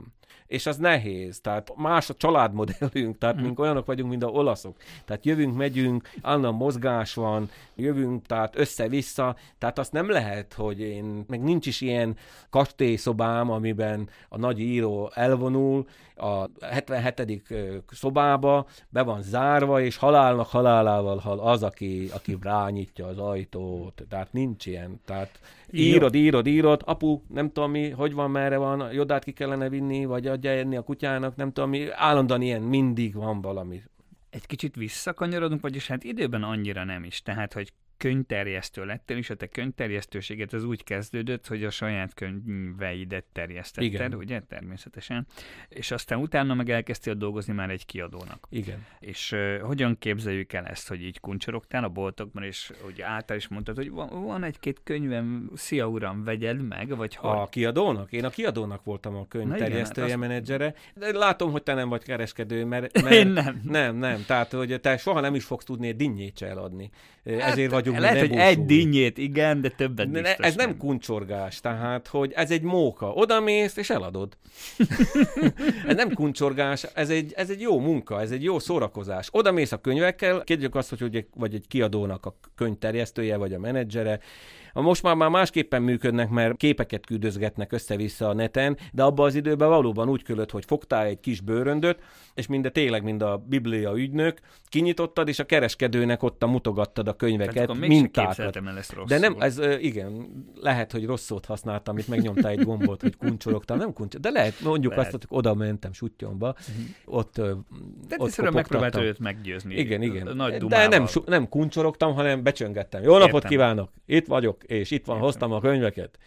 és az nehéz. Tehát más a családmodellünk, tehát mink olyanok vagyunk, mint a olaszok. Tehát jövünk, megyünk, állandóan mozgás van, jövünk, tehát össze-vissza, tehát azt nem lehet, hogy meg nincs is ilyen kastélyszobám, amiben a nagy író elvonul a 77. szobába, be van zárva, és halálnak halálával hal az, aki rányitja az ajtót. Tehát nincs ilyen. Tehát írod, apu, nem tudom mi, hogy van, merre van, a Jodát ki kellene vinni, vagy adja enni a kutyának, nem tudom mi, állandóan ilyen, mindig van valami. Egy kicsit visszakanyarodunk, vagyis hát időben annyira nem is. Tehát, hogy könyvterjesztő lettél, és a te könyvterjesztőséget az úgy kezdődött, hogy a saját könyveidet terjesztetted, igen. Ugye? Természetesen. És aztán utána meg elkezdtél dolgozni már egy kiadónak. Igen. És hogyan képzeljük el ezt, hogy így kuncsorogtál a boltokban, és úgy álltál, és mondtad, hogy van egy-két könyvem, szia uram, vegyed meg, vagy hogy? A kiadónak? Én a kiadónak voltam a könyvterjesztője, menedzsere. De látom, hogy te nem vagy kereskedő, mert én nem. Nem. Tehát, hogy te soha nem is fogsz tudni egy dinnyét se eladni. Ezért vagyunk lehet, hogy egy dinnyét, igen, de többet biztos ez nem kuncsorgás, tehát, hogy ez egy móka. Odamész, és eladod. Ez nem kuncsorgás, ez egy jó munka, ez egy jó szórakozás. Odamész a könyvekkel, kérdjük azt, hogy vagy egy kiadónak a könyvterjesztője, vagy a menedzsere. Most már másképpen működnek, mert képeket küldözgetnek össze-vissza a neten, de abban az időben valóban úgy küldött, hogy fogtál egy kis bőröndöt, és mind a Biblia ügynök, kinyitottad, és a kereskedőnek ott mutogattad a könyveket, mintákat. De nem, ez igen, lehet, hogy rossz szót használtam, itt megnyomtál egy gombot, hogy kuncsorogtam, nem de lehet, mondjuk azt, hogy oda mentem Suttyomba, ott megpróbáltad őt meggyőzni. Igen. Nagy dumával. De nem kuncsorogtam, hanem becsöngettem. Jó napot kívánok, itt vagyok, és itt van, hoztam a könyveket.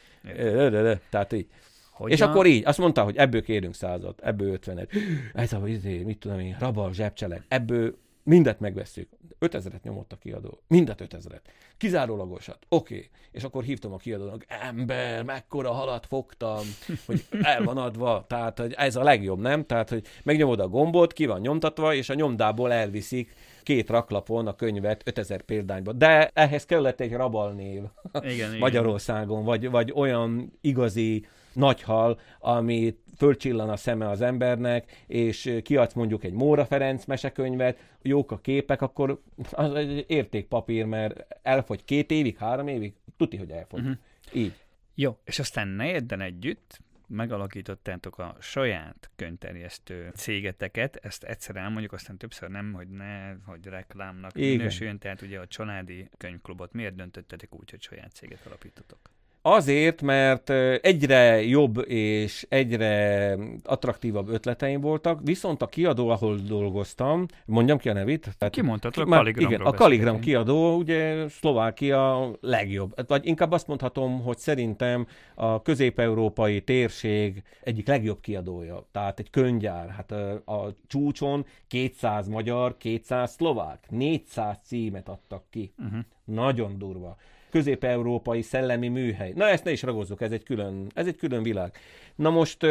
Tehát így. Hogyan? És akkor így, azt mondta, hogy ebből kérünk 100-at, ebből 50-et. Ez a, mit tudom én, rabal, zsebcselek, ebből mindet megvesszük. 5000-et nyomott a kiadó. Mindet 5000-et. Kizárólagosat. Oké. És akkor hívtam a kiadónak, ember, mekkora halat fogtam, hogy el van adva. Tehát, hogy ez a legjobb, nem? Tehát, hogy megnyomod a gombot, ki van nyomtatva, és a nyomdából elviszik 2 raklapon a könyvet 5000 példányba. De ehhez kellett egy rabalnév Magyarországon, vagy olyan igazi nagy hal, ami fölcsillan a szeme az embernek, és kiadsz mondjuk egy Móra Ferenc mesekönyvet, jók a képek, akkor az egy értékpapír, mert elfogy 2 évig, 3 évig, tuti, hogy elfogy. Így. Jó, és aztán negyeddel együtt megalakítottátok a saját könyvterjesztő cégeteket, ezt egyszer elmondjuk, aztán többször nem, hogy reklámnak minősüljön, tehát ugye a családi könyvklubot miért döntöttetek úgy, hogy saját céget alapítotok? Azért, mert egyre jobb és egyre attraktívabb ötleteim voltak, viszont a kiadó, ahol dolgoztam, mondjam ki a nevét? Kimondhatod, a Kaligramról. Igen, a Kaligram kiadó, ugye Szlovákia legjobb. Vagy inkább azt mondhatom, hogy szerintem a közép-európai térség egyik legjobb kiadója. Tehát egy könyvgyár. Hát a csúcson 200 magyar, 200 szlovák, 400 címet adtak ki. Nagyon durva. Közép-európai szellemi műhely. Na ezt ne is ragozzuk, ez egy külön világ. Na most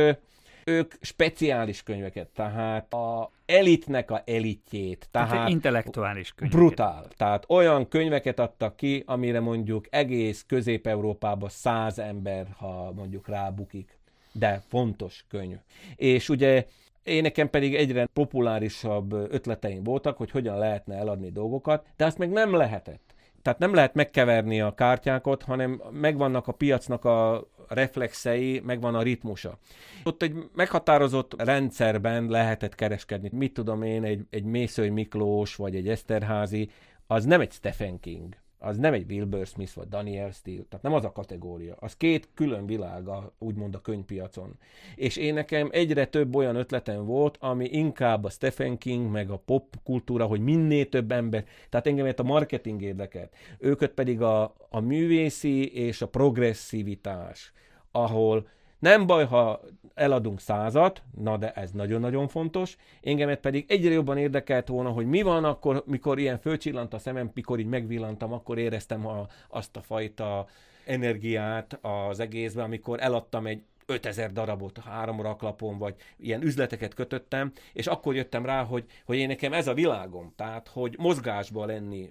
ők speciális könyveket, tehát a elitnek a elitjét. Tehát intellektuális könyveket. Brutál. Tehát olyan könyveket adtak ki, amire mondjuk egész Közép-Európában 100 ember, ha mondjuk rábukik. De fontos könyv. És ugye én nekem pedig egyre populárisabb ötleteim voltak, hogy hogyan lehetne eladni dolgokat, de azt meg nem lehetett. Tehát nem lehet megkeverni a kártyákat, hanem megvannak a piacnak a reflexei, megvan a ritmusa. Ott egy meghatározott rendszerben lehetett kereskedni. Mit tudom én, egy Mészöly Miklós, vagy egy Eszterházy, az nem egy Stephen King, az nem egy Wilbur Smith, vagy Daniel Steele, tehát nem az a kategória. Az 2 külön világ, úgymond a könyvpiacon. És én nekem egyre több olyan ötletem volt, ami inkább a Stephen King, meg a pop kultúra, hogy minél több ember, tehát engem a marketing érdekelt. Őket pedig a művészi és a progresszivitás, ahol nem baj, ha eladunk 100-at, na de ez nagyon-nagyon fontos. Engemet pedig egyre jobban érdekelt volna, hogy mi van akkor, mikor ilyen fölcsillant a szemem, mikor így megvillantam, akkor éreztem azt a fajta energiát az egészben, amikor eladtam egy 5000 darabot 3 raklapon, vagy ilyen üzleteket kötöttem, és akkor jöttem rá, hogy én nekem ez a világom, tehát, hogy mozgásba lenni,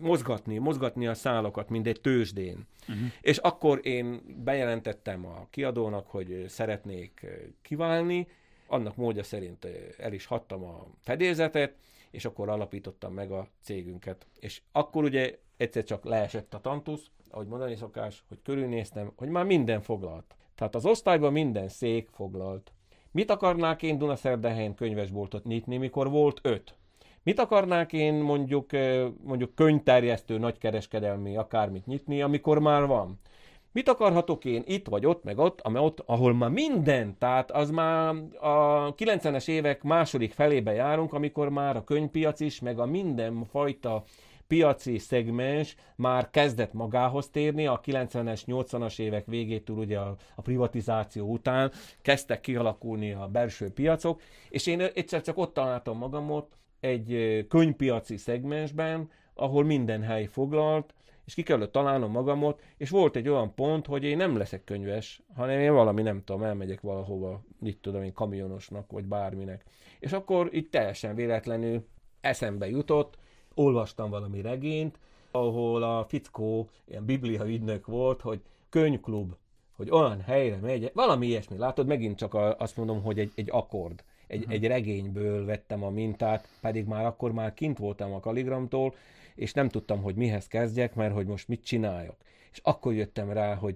mozgatni a szálakat, mint egy tőzsdén. És akkor én bejelentettem a kiadónak, hogy szeretnék kiválni, annak módja szerint el is hattam a fedélzetet, és akkor alapítottam meg a cégünket. És akkor ugye egyszer csak leesett a tantusz, ahogy mondani szokás, hogy körülnéztem, hogy már minden foglalt. Tehát az osztályban minden szék foglalt. Mit akarnák én Dunaszerdahelyen könyvesboltot nyitni, mikor volt 5? Mit akarnák én mondjuk könyvterjesztő, nagykereskedelmi akármit nyitni, amikor már van? Mit akarhatok én itt vagy ott, meg ott, ahol már minden, tehát az már a 90-es évek második felébe járunk, amikor már a könyvpiac is, meg a mindenfajta piaci szegmens már kezdett magához térni, a 90-es, 80-as évek végétől ugye a privatizáció után kezdtek kialakulni a belső piacok, és én egyszer csak ott találtam magamot egy könyvpiaci szegmensben, ahol minden hely foglalt, és ki kellett találnom magamot, és volt egy olyan pont, hogy én nem leszek könyves, hanem én valami, nem tudom, elmegyek valahova, mit tudom én, kamionosnak, vagy bárminek. És akkor így teljesen véletlenül eszembe jutott, olvastam valami regényt, ahol a fickó ilyen biblia ügynök volt, hogy könyvklub, hogy olyan helyre megy, valami ilyesmi, látod, megint csak azt mondom, hogy egy akkord. Egy regényből vettem a mintát, pedig már akkor már kint voltam a Kaligramtól, és nem tudtam, hogy mihez kezdjek, mert hogy most mit csináljak. És akkor jöttem rá, hogy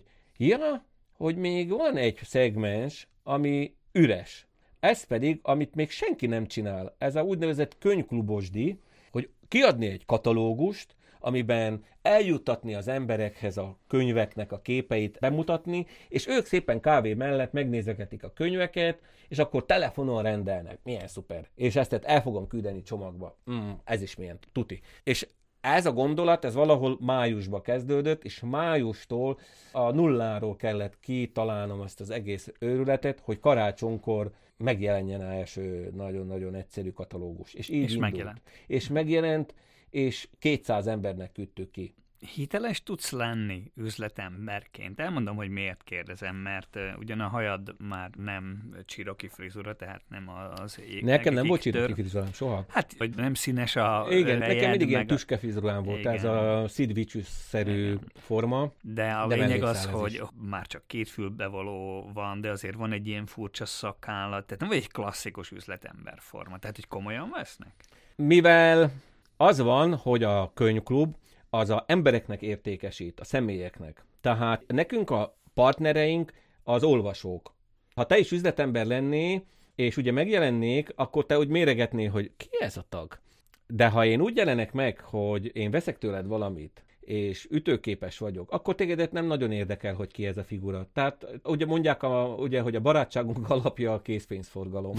hogy még van egy szegmens, ami üres. Ez pedig, amit még senki nem csinál. Ez a úgynevezett könyvklubosdi, hogy kiadni egy katalógust, amiben eljuttatni az emberekhez a könyveknek a képeit, bemutatni, és ők szépen kávé mellett megnézegetik a könyveket, és akkor telefonon rendelnek. Milyen szuper. És ezt el fogom küldeni csomagba. Ez is milyen tuti. És ez a gondolat, ez valahol májusba kezdődött, és májustól a nulláról kellett kitalálnom ezt az egész őrületet, hogy karácsonykor megjelenjen az első nagyon-nagyon egyszerű katalógus. És így indult. Megjelent. És megjelent, és 200 embernek küldtük ki. Hiteles tudsz lenni üzletemberként? Elmondom, hogy miért kérdezem, mert ugyan a hajad már nem csiroki frizura, tehát nem az ég. Nekem nem volt csiroki frizurám soha. Hát, vagy nem színes a igen, rejed, nekem mindig ilyen tüske frizurám volt, igen. ez a Sid Vicious-szerű forma. De a lényeg az, hogy már csak 2 fülbevaló van, de azért van egy ilyen furcsa szakállat, tehát nem vagy egy klasszikus üzletember forma, tehát hogy komolyan vesznek? Mivel az van, hogy a könyvklub az a embereknek értékesít, a személyeknek. Tehát nekünk a partnereink az olvasók. Ha te is üzletember lennél, és ugye megjelennék, akkor te úgy méregetnél, hogy ki ez a tag? De ha én úgy jelenek meg, hogy én veszek tőled valamit, és ütőképes vagyok, akkor tégedet nem nagyon érdekel, hogy ki ez a figura. Tehát ugye mondják, hogy a barátságunk alapja a készpénzforgalom.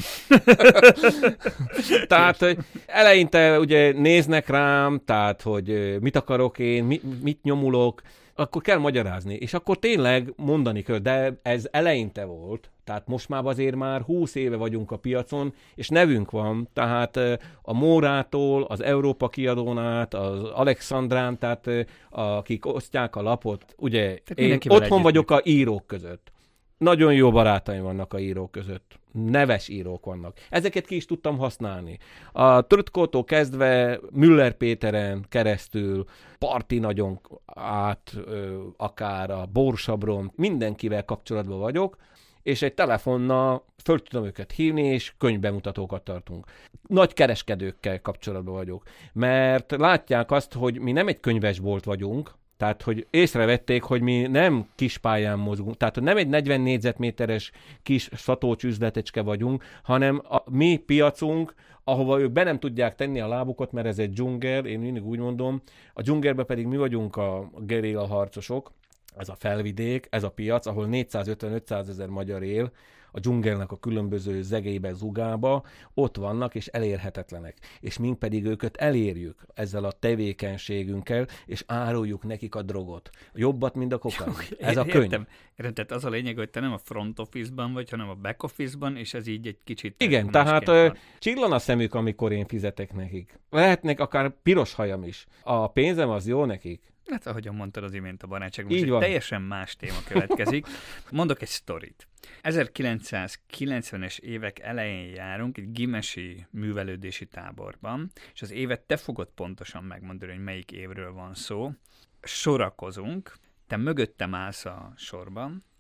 Tehát eleinte ugye néznek rám, tehát hogy mit akarok én, mit nyomulok, akkor kell magyarázni. És akkor tényleg mondani kell, de ez eleinte volt. Tehát most már azért már 20 éve vagyunk a piacon, és nevünk van, tehát a Mórától, az Európa kiadón át, az Alexandrán, tehát akik osztják a lapot, ugye én otthon vagyok a írók között. Nagyon jó barátaim vannak a írók között. Neves írók vannak. Ezeket ki is tudtam használni. A Trötkótól kezdve Müller Péteren keresztül, Parti nagyon át, akár a Borsabron, mindenkivel kapcsolatban vagyok, és egy telefonnal föl tudom őket hívni, és könyvbemutatókat tartunk. Nagy kereskedőkkel kapcsolatban vagyok, mert látják azt, hogy mi nem egy könyvesbolt vagyunk, tehát, hogy észrevették, hogy mi nem kispályán mozgunk, tehát nem egy 40 négyzetméteres kis satóc üzletecske vagyunk, hanem a mi piacunk, ahova ők be nem tudják tenni a lábukat, mert ez egy dzsungel, én mindig úgy mondom, a dzsungelben pedig mi vagyunk a gerilla harcosok, ez a felvidék, ez a piac, ahol 450-500 ezer magyar él, a dzsungelnek a különböző zegébe, zugába, ott vannak és elérhetetlenek. És mink pedig őket elérjük ezzel a tevékenységünkkel, és áruljuk nekik a drogot. Jobbat, mint a kokain. Ez a könyv. Értem, tehát az a lényeg, hogy te nem a front office-ban vagy, hanem a back office-ban, és ez így egy kicsit... Igen, tehát csillan a szemük, amikor én fizetek nekik. Lehetnek akár piros hajam is. A pénzem az jó nekik. Hát ahogyan mondtad az imént a barátság, most egy teljesen más téma következik. Mondok egy sztorit. 1990-es évek elején járunk egy gimesi művelődési táborban, és az évet te fogod pontosan megmondani, hogy melyik évről van szó. Sorakozunk, te mögöttem állsz a sorban,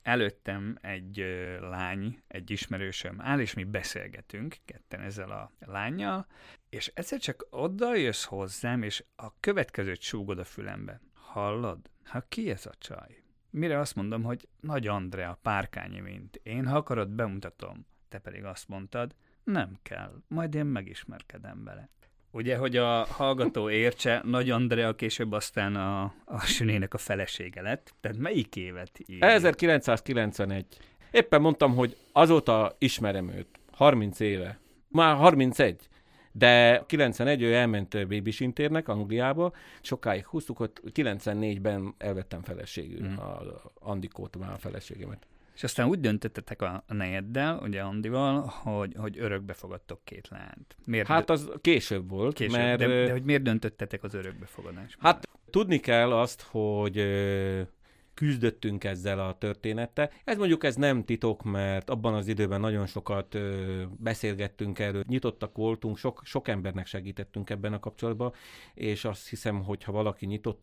előttem egy lány, egy ismerősöm áll, és mi beszélgetünk ketten ezzel a lánnyal, és egyszer csak oda jössz hozzám, és a következőt súgod a fülembe. Hallod? Hát ki ez a csaj? Mire azt mondom, hogy Nagy Andrea, Párkányi mint én, ha akarod, bemutatom. Te pedig azt mondtad, nem kell, majd én megismerkedem vele. Ugye, hogy a hallgató értse, Nagy Andrea később aztán a Sünének a felesége lett. Tehát melyik évet ír? 1991. Éppen mondtam, hogy azóta ismerem őt. 30 éve. Már 31. De 91 ő elment Babysintérnek Angliába, sokáig húztuk, ott 94-ben elvettem feleségül, Andikót, már a feleségemet. És aztán úgy döntöttetek a nejeddel, ugye Andival, hogy örökbe fogadtok két lányt. Miért Hát az később volt. később, mert... de hogy miért döntöttetek az örökbefogadásban? Hát tudni kell azt, hogy küzdöttünk ezzel a történettel. Ez nem titok, mert abban az időben nagyon sokat beszélgettünk erről, nyitottak voltunk, sok embernek segítettünk ebben a kapcsolatban, és azt hiszem, hogy ha valaki nyitott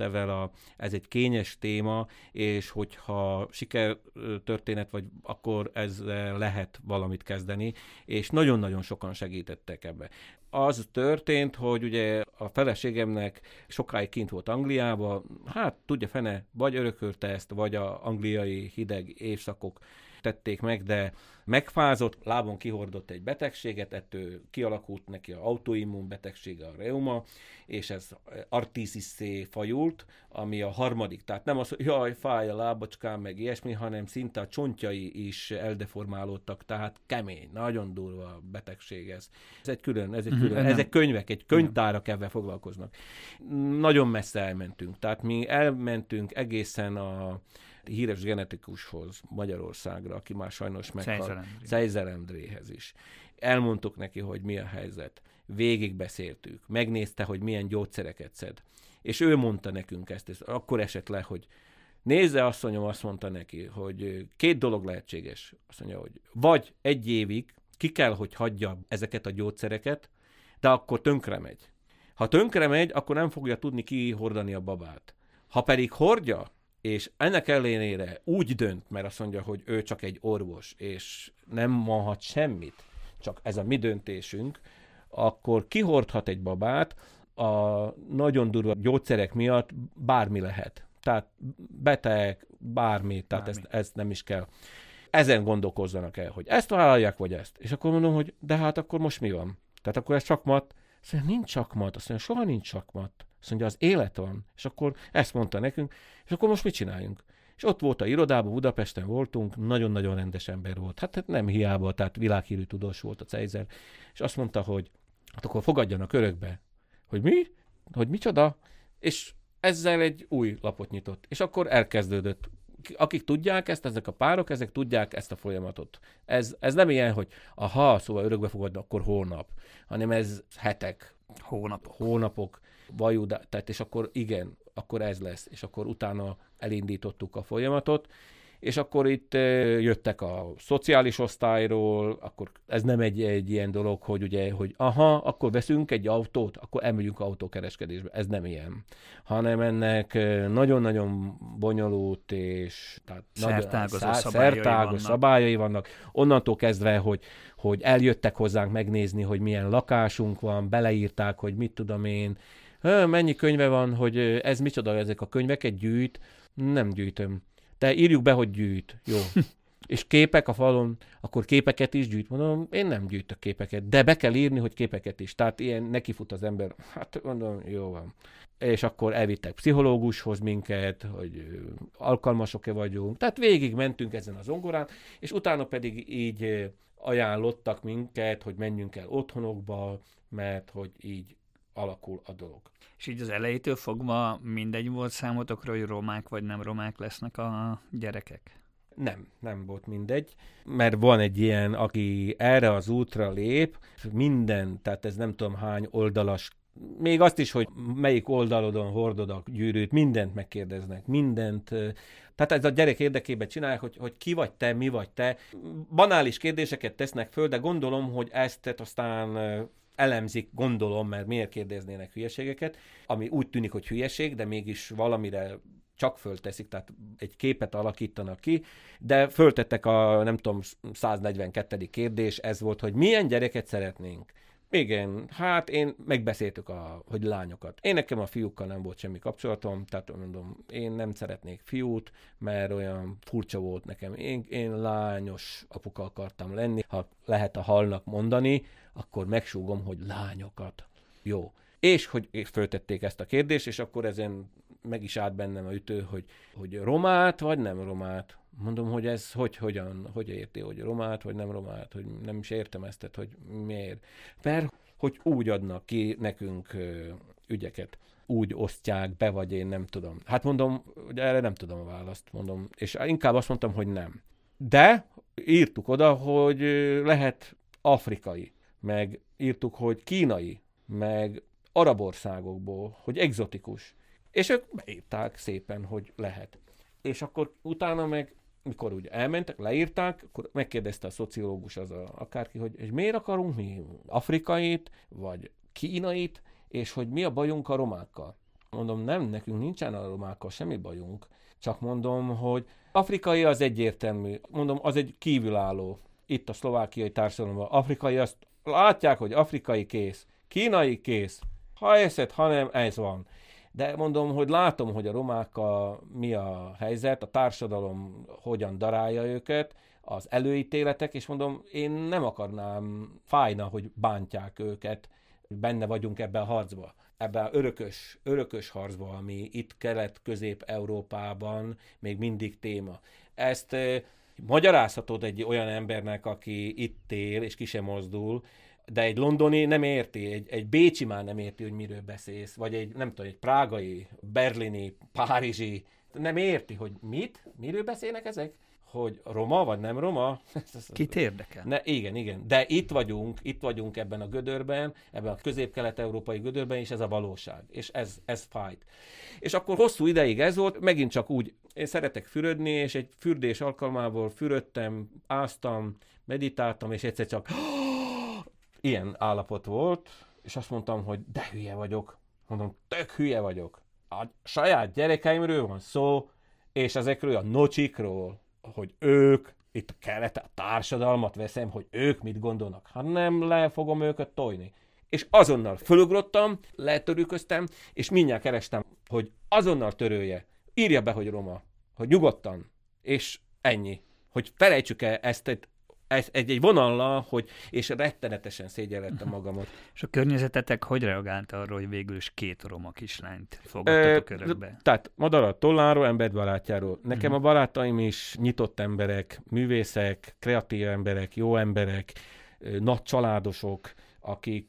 ez egy kényes téma, és hogyha sikertörténet vagy, akkor ez lehet valamit kezdeni, és nagyon-nagyon sokan segítettek ebbe. Az történt, hogy ugye a feleségemnek sokáig kint volt Angliába, hát tudja fene, vagy örökölte ezt, vagy a angliai hideg évszakok tették meg, de megfázott, lábon kihordott egy betegséget, ettől kialakult neki az autoimmun betegsége, a reuma, és ez arthritisszé fajult, ami a harmadik. Tehát nem az, hogy jaj, fáj a lábacskám, meg ilyesmi, hanem szinte a csontjai is eldeformálódtak, tehát kemény, nagyon durva betegség ez. Ez egy külön. Ezek könyvek, egy könyvtárak ebben foglalkoznak. Nagyon messze elmentünk. Tehát mi elmentünk egészen a híres genetikushoz Magyarországra, aki már sajnos meghalt, Szejzer Endréhez is. Elmondtuk neki, hogy mi a helyzet. Végigbeszéltük. Megnézte, hogy milyen gyógyszereket szed. És ő mondta nekünk ezt. Akkor esett le, hogy nézze, asszonyom, azt mondta neki, hogy két dolog lehetséges. Azt mondja, hogy vagy egy évig ki kell, hogy hagyja ezeket a gyógyszereket, de akkor tönkre megy. Ha tönkre megy, akkor nem fogja tudni kihordani a babát. Ha pedig hordja, és ennek ellenére úgy dönt, mert azt mondja, hogy ő csak egy orvos, és nem mondhat semmit, csak ez a mi döntésünk, akkor kihordhat egy babát, a nagyon durva gyógyszerek miatt bármi lehet. Tehát beteg, bármi, tehát ezt nem is kell. Ezen gondolkozzanak el, hogy ezt vállalják, vagy ezt. És akkor mondom, hogy de hát akkor most mi van? Tehát akkor ez csakmat? Azt mondja, nincs csakmat. Azt mondja, soha nincs csakmat. Azt mondja, az élet van. És akkor ezt mondta nekünk, és akkor most mit csináljunk? És ott volt a irodában, Budapesten voltunk, nagyon-nagyon rendes ember volt. Hát nem hiába, tehát világhírű tudós volt a Szejzer. És azt mondta, hogy hát akkor fogadjanak örökbe. Hogy mi? Hogy micsoda? És ezzel egy új lapot nyitott. És akkor elkezdődött. Akik tudják ezt, ezek a párok, ezek tudják ezt a folyamatot. Ez nem ilyen, hogy szóval örökbe fogadna, akkor holnap, hanem ez hetek, hónapok tehát és akkor igen, akkor ez lesz, és akkor utána elindítottuk a folyamatot, és akkor itt jöttek a szociális osztályról, akkor ez nem egy ilyen dolog, hogy ugye, hogy akkor veszünk egy autót, akkor elmegyünk autókereskedésbe. Ez nem ilyen. Hanem ennek nagyon-nagyon bonyolult és szertágos szabályai vannak. Onnantól kezdve, hogy eljöttek hozzánk megnézni, hogy milyen lakásunk van, beleírták, hogy mit tudom én, mennyi könyve van, hogy ez micsoda, ezek a könyveket gyűjt, nem gyűjtöm. De írjuk be, hogy gyűjt. Jó. És képek a falon, akkor képeket is gyűjt. Mondom, én nem gyűjtök képeket, de be kell írni, hogy képeket is. Tehát ilyen nekifut az ember. Hát mondom, jó van. És akkor elvittek pszichológushoz minket, hogy alkalmasok-e vagyunk. Tehát végig mentünk ezen az zongorán, és utána pedig így ajánlottak minket, hogy menjünk el otthonokba, mert hogy így alakul a dolog. És így az elejétől fogva mindegy volt számotokra, hogy romák vagy nem romák lesznek a gyerekek? Nem volt mindegy, mert van egy ilyen, aki erre az útra lép, minden, tehát ez nem tudom hány oldalas, még azt is, hogy melyik oldalodon hordod a gyűrűt, mindent megkérdeznek, mindent. Tehát ez a gyerek érdekében csinálják, hogy ki vagy te, mi vagy te. Banális kérdéseket tesznek föl, de gondolom, hogy ezt aztán elemzik, gondolom, mert miért kérdeznének hülyeségeket, ami úgy tűnik, hogy hülyeség, de mégis valamire csak fölteszik, tehát egy képet alakítanak ki, de föltettek a, nem tudom, 142. kérdés, ez volt, hogy milyen gyereket szeretnénk. Igen, hát én megbeszéltük, hogy lányokat. Én nekem a fiúkkal nem volt semmi kapcsolatom, tehát mondom, én nem szeretnék fiút, mert olyan furcsa volt nekem. Én lányos apuka akartam lenni. Ha lehet a halnak mondani, akkor megsúgom, hogy lányokat. Jó. És hogy föltették ezt a kérdést, és akkor ezen meg is állt bennem a ütő, hogy romát, vagy nem romát. Mondom, hogy ez hogy érti, hogy romát, vagy nem romát, hogy nem is értem ezt, hogy miért. Mert hogy úgy adnak ki nekünk ügyeket, úgy osztják be, vagy én nem tudom. Hát mondom, hogy erre nem tudom a választ, mondom, és inkább azt mondtam, hogy nem. De írtuk oda, hogy lehet afrikai, meg írtuk, hogy kínai, meg arab országokból, hogy egzotikus. És ők beírták szépen, hogy lehet. És akkor utána meg, mikor úgy elmentek, leírták, akkor megkérdezte a szociológus akárki, hogy miért akarunk mi afrikait, vagy kínait, és hogy mi a bajunk a romákkal. Mondom, nem, nekünk nincsen a romákkal semmi bajunk, csak mondom, hogy afrikai az egyértelmű, mondom, az egy kívülálló. Itt a szlovákiai társadalomban afrikai, azt látják, hogy afrikai kész, kínai kész, ha eszed, ha nem, ez van. De mondom, hogy látom, hogy a romákkal mi a helyzet, a társadalom hogyan darálja őket, az előítéletek, és mondom, én nem akarnám, fájna, hogy bántják őket, benne vagyunk ebben a harcban. Ebben örökös harcban, ami itt Kelet-Közép-Európában még mindig téma. Ezt magyarázhatod egy olyan embernek, aki itt él, és ki sem mozdul, de egy londoni nem érti, egy bécsi már nem érti, hogy miről beszélsz, vagy egy, nem tudom, egy prágai, berlini, párizsi, nem érti, hogy miről beszélnek ezek? Hogy roma, vagy nem roma? Kit érdekel? Igen. De itt vagyunk ebben a gödörben, ebben a közép-kelet-európai gödörben, és ez a valóság. És ez fájt. És akkor hosszú ideig ez volt, megint csak úgy, én szeretek fürödni, és egy fürdés alkalmából fürödtem, áztam, meditáltam, és egyszer csak ilyen állapot volt, és azt mondtam, hogy de hülye vagyok. Mondom, tök hülye vagyok. A saját gyerekeimről van szó, és ezekről a nocsikról, hogy ők, itt a kelet, a társadalmat veszem, hogy ők mit gondolnak. Ha nem, le fogom őket tojni. És azonnal fölugrottam, letörőköztem, és mindjárt kerestem, hogy azonnal törölje. Írja be, hogy roma. Hogy nyugodtan. És ennyi. Hogy felejtsük el ezt egy vonallal, és rettenetesen szégyellettem magamat. És a környezetetek hogy reagált arra, hogy végül is 2 roma kislányt fogadtatok örökbe? Tehát madarat tolláról, embert barátjáról. Nekem a barátaim is nyitott emberek, művészek, kreatív emberek, jó emberek, nagy családosok, akik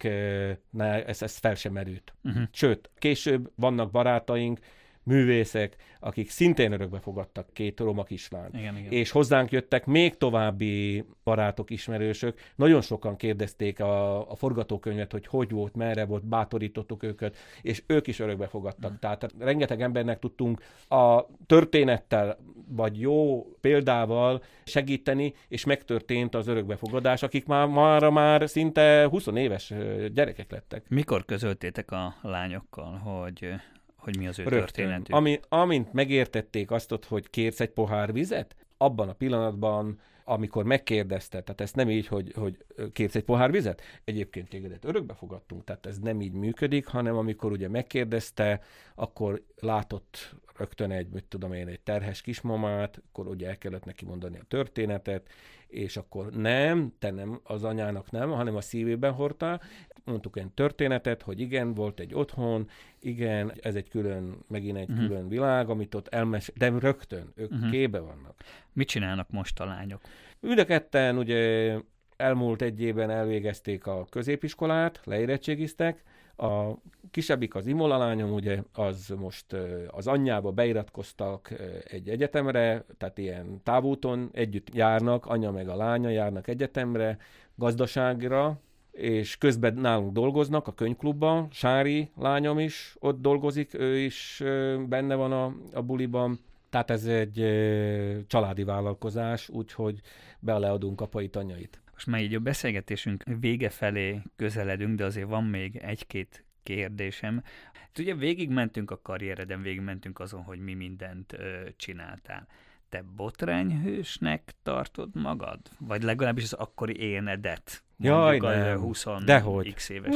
ezt fel sem merült. Sőt, később vannak barátaink, művészek, akik szintén örökbe fogadtak 2 roma kislányt. Igen. És hozzánk jöttek még további barátok, ismerősök. Nagyon sokan kérdezték a forgatókönyvet, hogy volt, merre volt, bátorítottuk őket, és ők is örökbe fogadtak. Tehát rengeteg embernek tudtunk a történettel, vagy jó példával segíteni, és megtörtént az örökbefogadás, akik már szinte 20 éves gyerekek lettek. Mikor közöltétek a lányokkal, hogy mi az ő történetük? Amint megértették azt, hogy kérsz egy pohár vizet, abban a pillanatban, amikor megkérdezte, tehát ezt nem így, hogy kérsz egy pohár vizet, egyébként tégedet örökbe fogadtunk, tehát ez nem így működik, hanem amikor ugye megkérdezte, akkor látott rögtön egy terhes kismamát, akkor ugye el kellett neki mondani a történetet, és akkor te nem, az anyának nem, hanem a szívében hordtál. Mondtuk egy történetet, hogy igen, volt egy otthon, igen, ez egy megint egy külön világ, amit ott de rögtön, ők képbe vannak. Mit csinálnak most a lányok? Mind a ketten ugye elmúlt egy évben elvégezték a középiskolát, leérettségiztek, a kisebbik, az Imola lányom, ugye, az most az anyjába beiratkoztak egy egyetemre, tehát ilyen távúton együtt járnak, anya meg a lánya járnak egyetemre, gazdaságra, és közben nálunk dolgoznak a könyvklubban, Sári lányom is ott dolgozik, ő is benne van a buliban. Tehát ez egy családi vállalkozás, úgyhogy beleadunk apait, anyait. Most már így a beszélgetésünk vége felé közeledünk, de azért van még 1-2 kérdésem. Ugye végigmentünk a karriereden, végigmentünk azon, hogy mi mindent csináltál. Te botrányhősnek tartod magad? Vagy legalábbis az akkori énedet? Jaj, nem. 20 Dehogy. X éves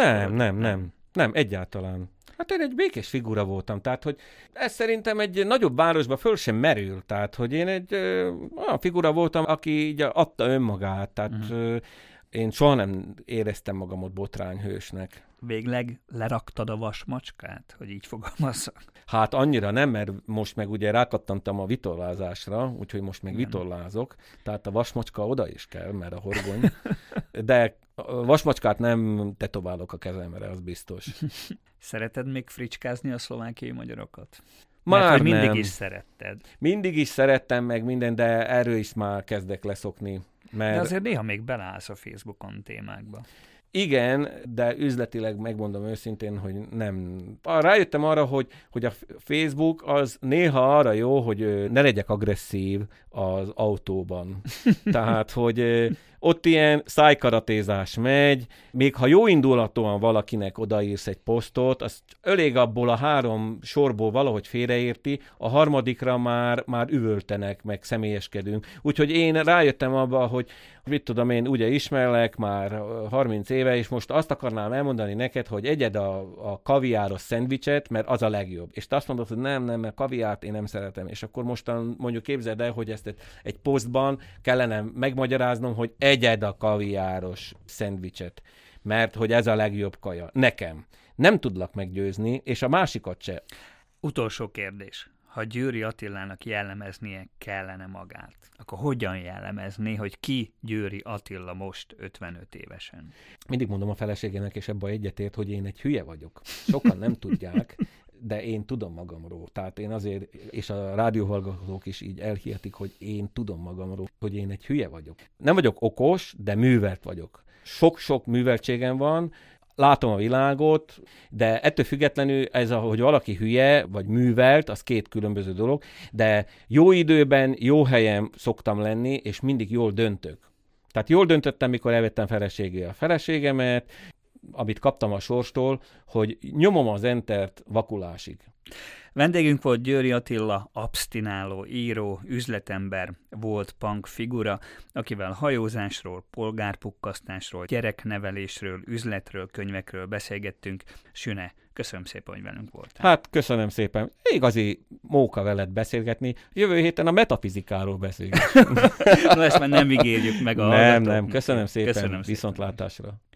nem, egyáltalán. Hát én egy békés figura voltam, tehát, hogy ez szerintem egy nagyobb városban föl sem merül, tehát, hogy én egy olyan figura voltam, aki így adta önmagát, tehát én soha nem éreztem magamot botrányhősnek. Végleg leraktad a vasmacskát, hogy így fogalmazzak? Hát annyira nem, mert most meg ugye rákattantam a vitorlázásra, úgyhogy most meg vitorlázok, tehát a vasmacska oda is kell, mert a horgony. De a vasmacskát nem tetoválok a kezemre, az biztos. Szereted még fricskázni a szlovákiai magyarokat? Már mert, mindig nem. is szeretted. Mindig is szerettem meg minden, de erről is már kezdek leszokni. Mert... De azért néha még beleállsz a Facebookon témákba. Igen, de üzletileg megmondom őszintén, hogy nem. Rájöttem arra, hogy a Facebook az néha arra jó, hogy ne legyek agresszív az autóban. Tehát, hogy ott ilyen szájkaratézás megy, még ha jó indulatúan valakinek odaírsz egy posztot, az elég abból a 3 sorból valahogy félreérti, a harmadikra már üvöltenek, meg személyeskedünk. Úgyhogy én rájöttem abba, hogy mit tudom én, ugye ismerlek már 30 éve, és most azt akarnám elmondani neked, hogy egyed a kaviáros szendvicset, mert az a legjobb. És te azt mondod, hogy nem, mert kaviárt én nem szeretem. És akkor mostan mondjuk képzeld el, hogy ezt egy posztban kellene megmagyaráznom, hogy egyed a kaviáros szendvicset, mert hogy ez a legjobb kaja. Nekem. Nem tudlak meggyőzni, és a másikat se. Utolsó kérdés. Ha Győri Attilának jellemeznie kellene magát, akkor hogyan jellemezné, hogy ki Győri Attila most 55 évesen? Mindig mondom a feleségemnek, és ebben egyetért, hogy én egy hülye vagyok. Sokan nem tudják, de én tudom magamról. Tehát én azért, és a rádióhallgatók is így elhihetik, hogy én tudom magamról, hogy én egy hülye vagyok. Nem vagyok okos, de művelt vagyok. Sok-sok műveltségem van, látom a világot, de ettől függetlenül ez, hogy valaki hülye vagy művelt, az 2 különböző dolog, de jó időben, jó helyen szoktam lenni, és mindig jól döntök. Tehát jól döntöttem, mikor elvettem feleségé a feleségemet, amit kaptam a sorstól, hogy nyomom az entert vakulásig. Vendégünk volt Győri Attila, abstináló, író, üzletember, volt punk figura, akivel hajózásról, polgárpukkasztásról, gyereknevelésről, üzletről, könyvekről beszélgettünk. Süne, köszönöm szépen, hogy velünk voltál. Hát köszönöm szépen. Igazi móka veled beszélgetni. Jövő héten a metafizikáról beszélgetünk. Na ezt már nem ígérjük meg a hallgatóknak. Nem. Köszönöm szépen. Köszönöm szépen. Viszontlátásra.